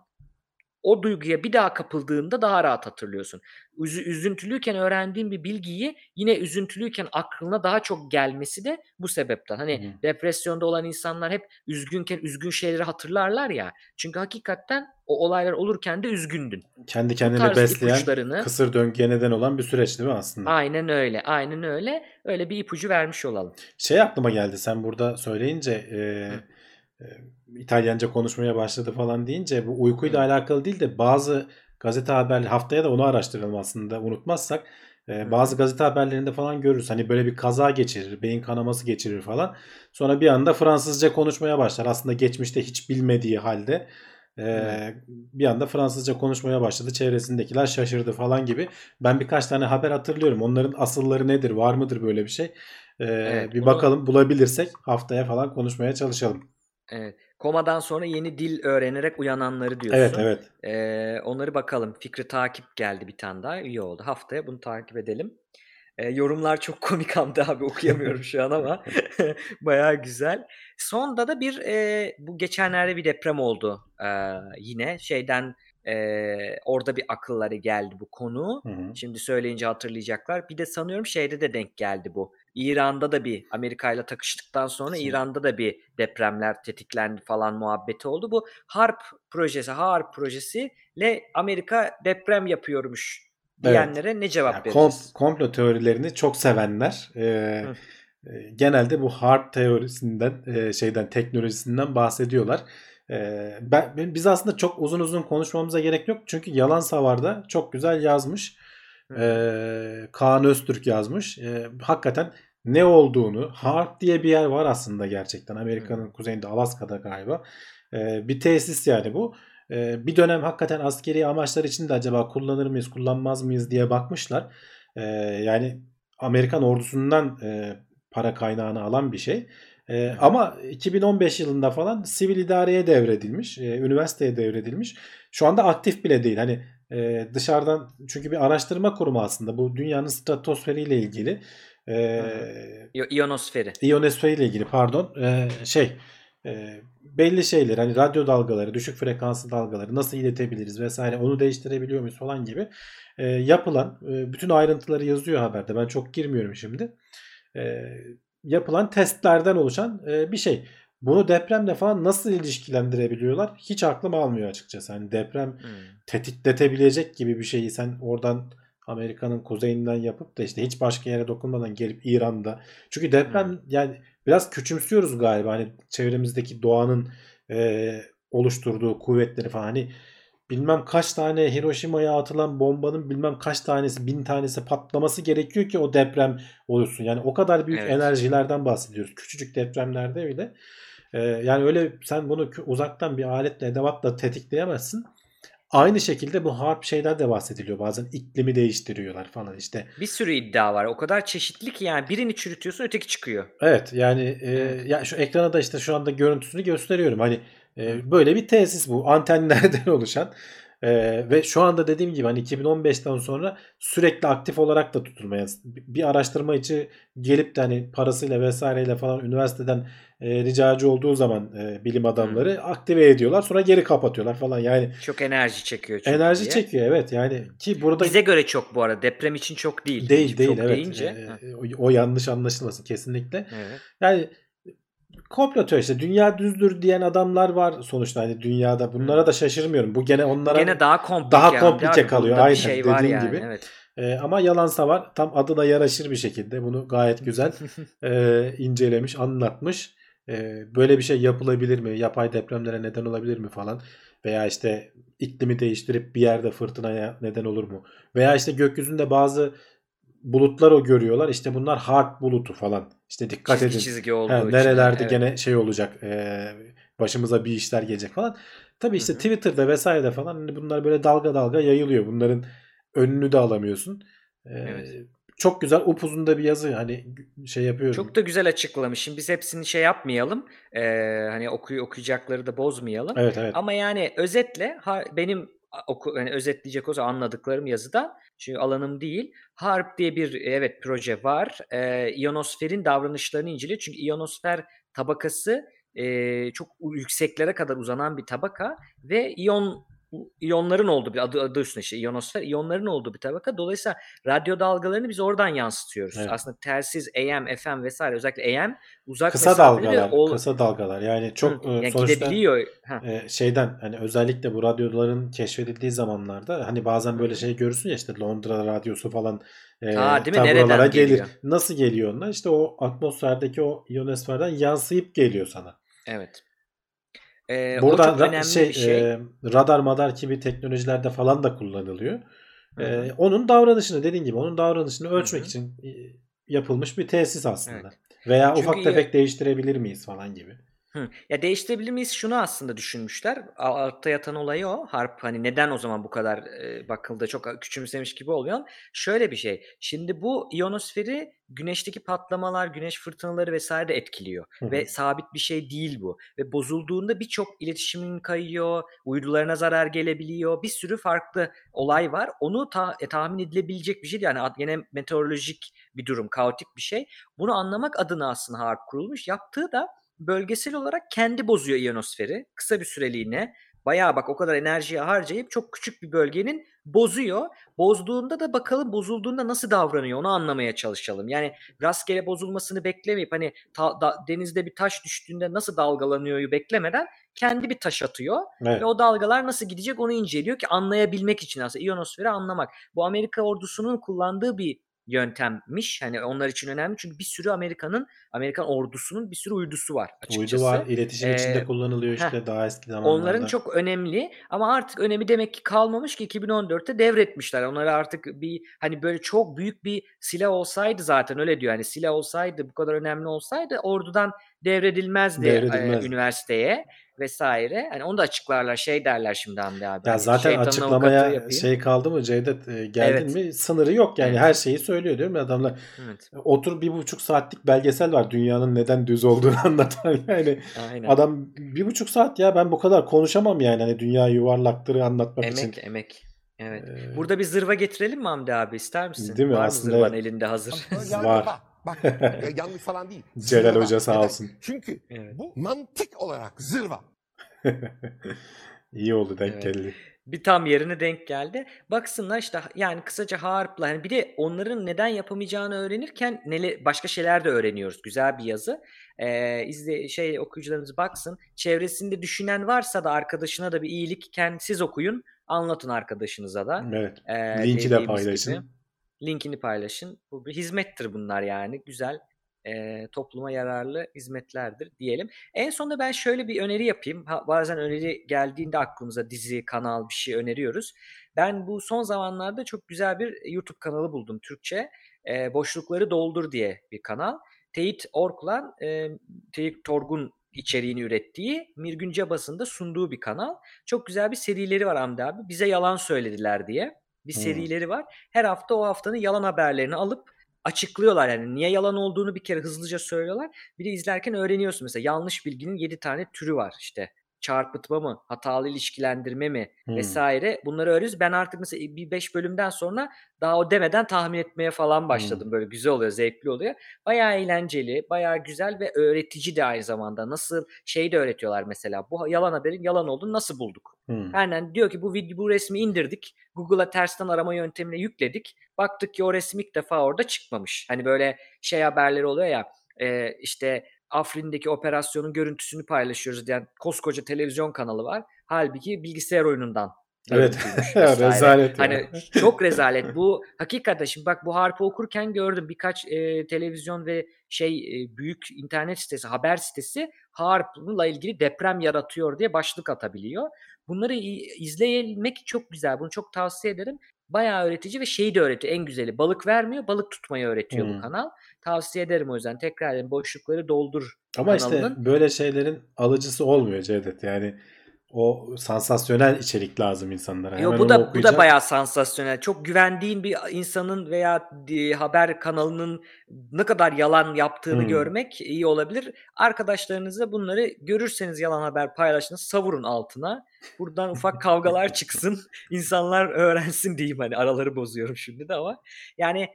o duyguya bir daha kapıldığında daha rahat hatırlıyorsun. Üzüntülüyken öğrendiğin bir bilgiyi yine üzüntülüyken aklına daha çok gelmesi de bu sebepten. Hani Hı. depresyonda olan insanlar hep üzgünken üzgün şeyleri hatırlarlar ya. Çünkü hakikaten o olaylar olurken de üzgündün. Kendi Bu kendine tarz besleyen, ipuçlarını kısır döngüye neden olan bir süreç değil mi aslında? aynen öyle, aynen öyle. Öyle bir ipucu vermiş olalım. Şey aklıma geldi sen burada söyleyince Hı, e, İtalyanca konuşmaya başladı falan deyince bu uykuyla hı, alakalı değil de bazı gazete haberleri, haftaya da onu araştıralım aslında unutmazsak. hı, Bazı hı. gazete haberlerinde falan görürüz. Hani böyle bir kaza geçirir, beyin kanaması geçirir falan. Sonra bir anda Fransızca konuşmaya başlar. Aslında geçmişte hiç bilmediği halde Evet. bir anda Fransızca konuşmaya başladı. Çevresindekiler şaşırdı falan gibi. Ben birkaç tane haber hatırlıyorum. Onların asılları nedir? Var mıdır böyle bir şey? Evet, Bir onu bakalım, bulabilirsek haftaya falan konuşmaya çalışalım. evet. Komadan sonra yeni dil öğrenerek uyananları Evet, diyorsun. evet. Onları bakalım. Fikri takip geldi bir tane daha. İyi oldu. Haftaya bunu takip edelim. Yorumlar çok komik Hamdi abi. Okuyamıyorum şu an ama bayağı güzel. Sonda da bu geçenlerde bir deprem oldu. Yine şeyden orada bir akılları geldi bu konu. Hı hı. Şimdi söyleyince hatırlayacaklar. Bir de sanıyorum şeyde de denk geldi bu. İran'da da bir Amerika ile takıştıktan sonra İran'da da bir depremler tetiklendi falan muhabbeti oldu. Bu HARP projesiyle Amerika deprem yapıyormuş Evet. diyenlere ne Ya cevap vereceğiz? komplo teorilerini çok sevenler Hı, genelde bu harp teorisinden teknolojisinden bahsediyorlar. Biz aslında çok uzun uzun konuşmamıza gerek yok. Çünkü Yalan Savar'da çok güzel yazmış. hı hı, Kaan Öztürk yazmış. Hakikaten ne olduğunu, harp diye bir yer var aslında gerçekten. hı hı, Amerika'nın kuzeyinde, Alaska'da galiba. Bir tesis yani bu. Bir dönem hakikaten askeri amaçlar için de acaba kullanır mıyız, kullanmaz mıyız diye bakmışlar. Yani Amerikan ordusundan para kaynağını alan bir şey. hı hı, Ama 2015 yılında falan sivil idareye devredilmiş, üniversiteye devredilmiş. Şu anda aktif bile değil. Hani dışarıdan, çünkü bir araştırma kurumu aslında bu dünyanın stratosferiyle ilgili. İyonosferi. İyonosferi ile ilgili pardon belli şeyler hani radyo dalgaları, düşük frekanslı dalgaları nasıl iletebiliriz vesaire onu değiştirebiliyor muyuz falan gibi yapılan bütün ayrıntıları yazıyor haberde. Ben çok girmiyorum şimdi. Yapılan testlerden oluşan bir şey. Bunu depremle falan nasıl ilişkilendirebiliyorlar? Hiç aklım almıyor açıkçası. Hani deprem tetikletebilecek gibi bir şeyi sen oradan Amerika'nın kuzeyinden yapıp da işte hiç başka yere dokunmadan gelip İran'da. Çünkü deprem yani biraz küçümsüyoruz galiba. Hani çevremizdeki doğanın oluşturduğu kuvvetleri falan. Hani bilmem kaç tane Hiroşima'ya atılan bombanın bilmem kaç tanesi 1000 tanesi patlaması gerekiyor ki o deprem oluşsun. Yani o kadar büyük enerjilerden bahsediyoruz. Küçücük depremlerde bile. Yani öyle sen bunu uzaktan bir aletle edevatla tetikleyemezsin. Aynı şekilde bu harp şeyler de bahsediliyor. Bazen iklimi değiştiriyorlar falan işte. Bir sürü iddia var. O kadar çeşitli ki yani birini çürütüyorsun öteki çıkıyor. Evet yani ya şu ekrana da işte şu anda görüntüsünü gösteriyorum. Hani böyle bir tesis bu. Antenlerden oluşan ve şu anda dediğim gibi hani 2015'ten sonra sürekli aktif olarak da tutulmaya bir araştırmacı gelip de hani parasıyla vesaireyle falan üniversiteden ricacı olduğu zaman bilim adamları aktive ediyorlar. Sonra geri kapatıyorlar falan. Yani çok enerji çekiyor çünkü enerji diye. çekiyor evet. Yani ki burada bize göre çok bu arada. Deprem için çok değil. Değil çok evet. Deyince, o yanlış anlaşılmasın kesinlikle. evet. Yani komplo teorisi işte dünya düzdür diyen adamlar var sonuçta hani dünyada. Bunlara da şaşırmıyorum. Bu gene onlara Gene daha komplike kalıyor. Bunda Aynen bir şey var dediğin yani, gibi. evet. Ama yalansa var. Tam adına yaraşır bir şekilde bunu gayet güzel incelemiş, anlatmış. Böyle bir şey yapılabilir mi? Yapay depremlere neden olabilir mi falan? Veya işte iklimi değiştirip bir yerde fırtınaya neden olur mu? Veya işte gökyüzünde bazı bulutlar o görüyorlar. İşte bunlar harp bulutu falan. İşte dikkat edin. Çizgi olduğu için. Nerelerde Evet. gene şey olacak. Başımıza bir işler gelecek falan. Tabii işte Twitter'da vesairede falan hani bunlar böyle dalga dalga yayılıyor. Bunların önünü de alamıyorsun. Evet. Çok güzel upuzun da bir yazı hani şey yapıyorum. Çok da güzel açıklamış. Şimdi biz hepsini şey yapmayalım. Hani okuyacakları da bozmayalım. Evet. Ama yani özetle benim yani özetleyecek olsa anladıklarım yazıda. Çünkü alanım değil. HARP diye bir proje var. İyonosferin davranışlarını inceliyor. Çünkü iyonosfer tabakası çok yükseklere kadar uzanan bir tabaka ve iyonların olduğu bir adı üstünde işte iyonosfer, iyonların olduğu bir tabaka. Dolayısıyla radyo dalgalarını biz oradan yansıtıyoruz. Evet. Aslında telsiz, AM, FM vesaire özellikle AM uzak Kısa mesafeli kısa dalgalar yani çok yani sonuçta gidebiliyor. şeyden hani özellikle bu radyoların keşfedildiği zamanlarda hani bazen böyle şey görürsün ya işte Londra radyosu falan Değil mi? buralara Nereden gelir. geliyor? Nasıl geliyor onlar? İşte o atmosferdeki o iyonosferden yansıyıp geliyor sana. Evet. O Burada çok önemli bir şey. radar madar gibi teknolojilerde falan da kullanılıyor. Hı-hı. Onun davranışını dediğin gibi onun davranışını ölçmek için yapılmış bir tesis aslında. Evet. Veya Çünkü ufak tefek değiştirebilir miyiz falan gibi. Ya değiştirebilir miyiz? Şunu aslında düşünmüşler. Altta yatan olay o. Harp hani neden o zaman bu kadar bakıldı çok küçümsemiş gibi oluyor. Şöyle bir şey. Şimdi bu iyonosferi güneşteki patlamalar, güneş fırtınaları vesaire de etkiliyor. Ve sabit bir şey değil bu. Ve bozulduğunda birçok iletişimin kayıyor, uydularına zarar gelebiliyor. Bir sürü farklı olay var. Onu tahmin edilebilecek bir şey değil. Yani yine meteorolojik bir durum, kaotik bir şey. Bunu anlamak adına aslında harp kurulmuş. Yaptığı da bölgesel olarak kendi bozuyor iyonosferi. Kısa bir süreliğine bayağı bak o kadar enerjiyi harcayıp çok küçük bir bölgenin bozuyor. Bozduğunda da bakalım bozulduğunda nasıl davranıyor onu anlamaya çalışalım. Yani rastgele bozulmasını beklemeyip hani denizde bir taş düştüğünde nasıl dalgalanıyoryu beklemeden kendi bir taş atıyor. Evet. Ve o dalgalar nasıl gidecek onu inceliyor ki anlayabilmek için aslında iyonosferi anlamak. Bu Amerika ordusunun kullandığı bir yöntemmiş. Hani onlar için önemli çünkü bir sürü Amerikan ordusunun bir sürü uydusu var açıkçası. Uydu var, iletişim içinde kullanılıyor işte daha eski zamanlarda. Onların çok önemli ama artık önemi demek ki kalmamış ki 2014'te devretmişler. Onları artık bir hani böyle çok büyük bir silah olsaydı zaten öyle diyor. Hani silah olsaydı bu kadar önemli olsaydı ordudan devredilmezdi üniversiteye vesaire. Hani onu da açıklarlar derler şimdi Hamdi abi. Ya hani zaten şeytanın avukatlığı açıklamaya yapayım. kaldı mı Cevdet geldin mi sınırı yok yani her şeyi söylüyor diyorum ya adamlar. Evet. Otur 1,5 saatlik belgesel var dünyanın neden düz olduğunu anlatan yani. Aynen. Adam 1,5 saat ya ben bu kadar konuşamam yani hani dünya yuvarlaktır anlatmak için. Emek. Evet. Burada bir zırva getirelim mi Hamdi abi? İster misin? Değil mi? Var mı Aslında zırvan evet. elinde hazır? Var. Bak yanlış falan değil. Celal Zırva. Hoca sağ Neden? olsun. Çünkü Evet. bu mantık olarak zırva. İyi oldu, denk Evet. geldi. Bir tam yerine denk geldi. Baksınlar işte yani kısaca Harp'la hani bir de onların neden yapamayacağını öğrenirken başka şeyler de öğreniyoruz. Güzel bir yazı. Okuyucularımız baksın. Çevresinde düşünen varsa da arkadaşına da bir iyilikken siz okuyun. Anlatın arkadaşınıza da. Evet. Linki de Dediğimiz paylaşın. gibi. Linkini paylaşın. Bu bir hizmettir bunlar yani. Güzel, topluma yararlı hizmetlerdir diyelim. En sonunda ben şöyle bir öneri yapayım. Bazen öneri geldiğinde aklımıza dizi, kanal bir şey öneriyoruz. Ben bu son zamanlarda çok güzel bir YouTube kanalı buldum Türkçe. Boşlukları Doldur diye bir kanal. Teyit Ork'la Teyit Torgun içeriğini ürettiği Mirgün Cabas'ın da sunduğu bir kanal. Çok güzel bir serileri var Hamdi abi. Bize yalan söylediler diye bir serileri var. Her hafta o haftanın yalan haberlerini alıp açıklıyorlar yani niye yalan olduğunu bir kere hızlıca söylüyorlar. Bir de izlerken öğreniyorsun mesela yanlış bilginin 7 tane türü var işte. Çarpıtma mı, hatalı ilişkilendirme mi vesaire bunları öğreniyoruz. Ben artık mesela bir 5 bölümden sonra daha o demeden tahmin etmeye falan başladım. Böyle güzel oluyor, zevkli oluyor. Bayağı eğlenceli, bayağı güzel ve öğretici de aynı zamanda. Nasıl şey de öğretiyorlar mesela. Bu yalan haberin yalan olduğunu nasıl bulduk? Aynen diyor ki bu resmi indirdik. Google'a tersten arama yöntemine yükledik. Baktık ki o resim ilk defa orada çıkmamış. Hani böyle şey haberleri oluyor ya işte Afrin'deki operasyonun görüntüsünü paylaşıyoruz diyen koskoca televizyon kanalı var. Halbuki bilgisayar oyunundan Evet. görüntüymüş vesaire. Rezalet ya. Hani çok rezalet. Bu hakikaten şimdi bak bu Harp'ı okurken gördüm birkaç televizyon ve büyük internet sitesi, haber sitesi Harp'la ilgili deprem yaratıyor diye başlık atabiliyor. Bunları izlemek çok güzel. Bunu çok tavsiye ederim. Bayağı öğretici ve şeyi de öğretiyor. En güzeli balık vermiyor, balık tutmayı öğretiyor bu kanal. Tavsiye ederim o yüzden. Tekrar edeyim, Boşlukları Doldur Ama kanalının. işte böyle şeylerin alıcısı olmuyor Cevdet. Yani o sansasyonel içerik lazım insanlara. Yo, Hemen bu onu da okuyacak. bayağı sansasyonel. Çok güvendiğin bir insanın veya haber kanalının ne kadar yalan yaptığını görmek iyi olabilir. Arkadaşlarınızla bunları görürseniz yalan haber paylaşın, savurun altına. Buradan ufak kavgalar çıksın. İnsanlar öğrensin diyeyim hani araları bozuyorum şimdi de ama yani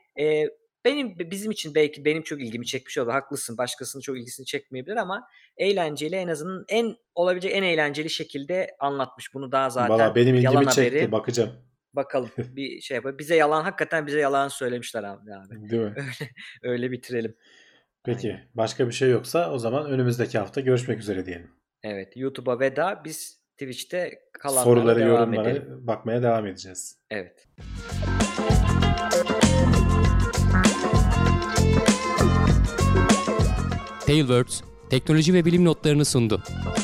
bizim için belki benim çok ilgimi çekmiş oldu. Haklısın. Başkasının çok ilgisini çekmeyebilir ama eğlenceli en azından olabilecek en eğlenceli şekilde anlatmış. Bunu daha zaten Valla benim yalan ilgimi çekti. haberi. Bakacağım. Bakalım bir şey yapalım. Hakikaten bize yalan söylemişler abi. Değil mi? Öyle bitirelim. Peki. Aynen. Başka bir şey yoksa o zaman önümüzdeki hafta görüşmek üzere diyelim. Evet. YouTube'a veda. Biz Twitch'te kalanlara Soruları, devam yorumlara edelim. bakmaya devam edeceğiz. Evet. Tailwords, teknoloji ve bilim notlarını sundu.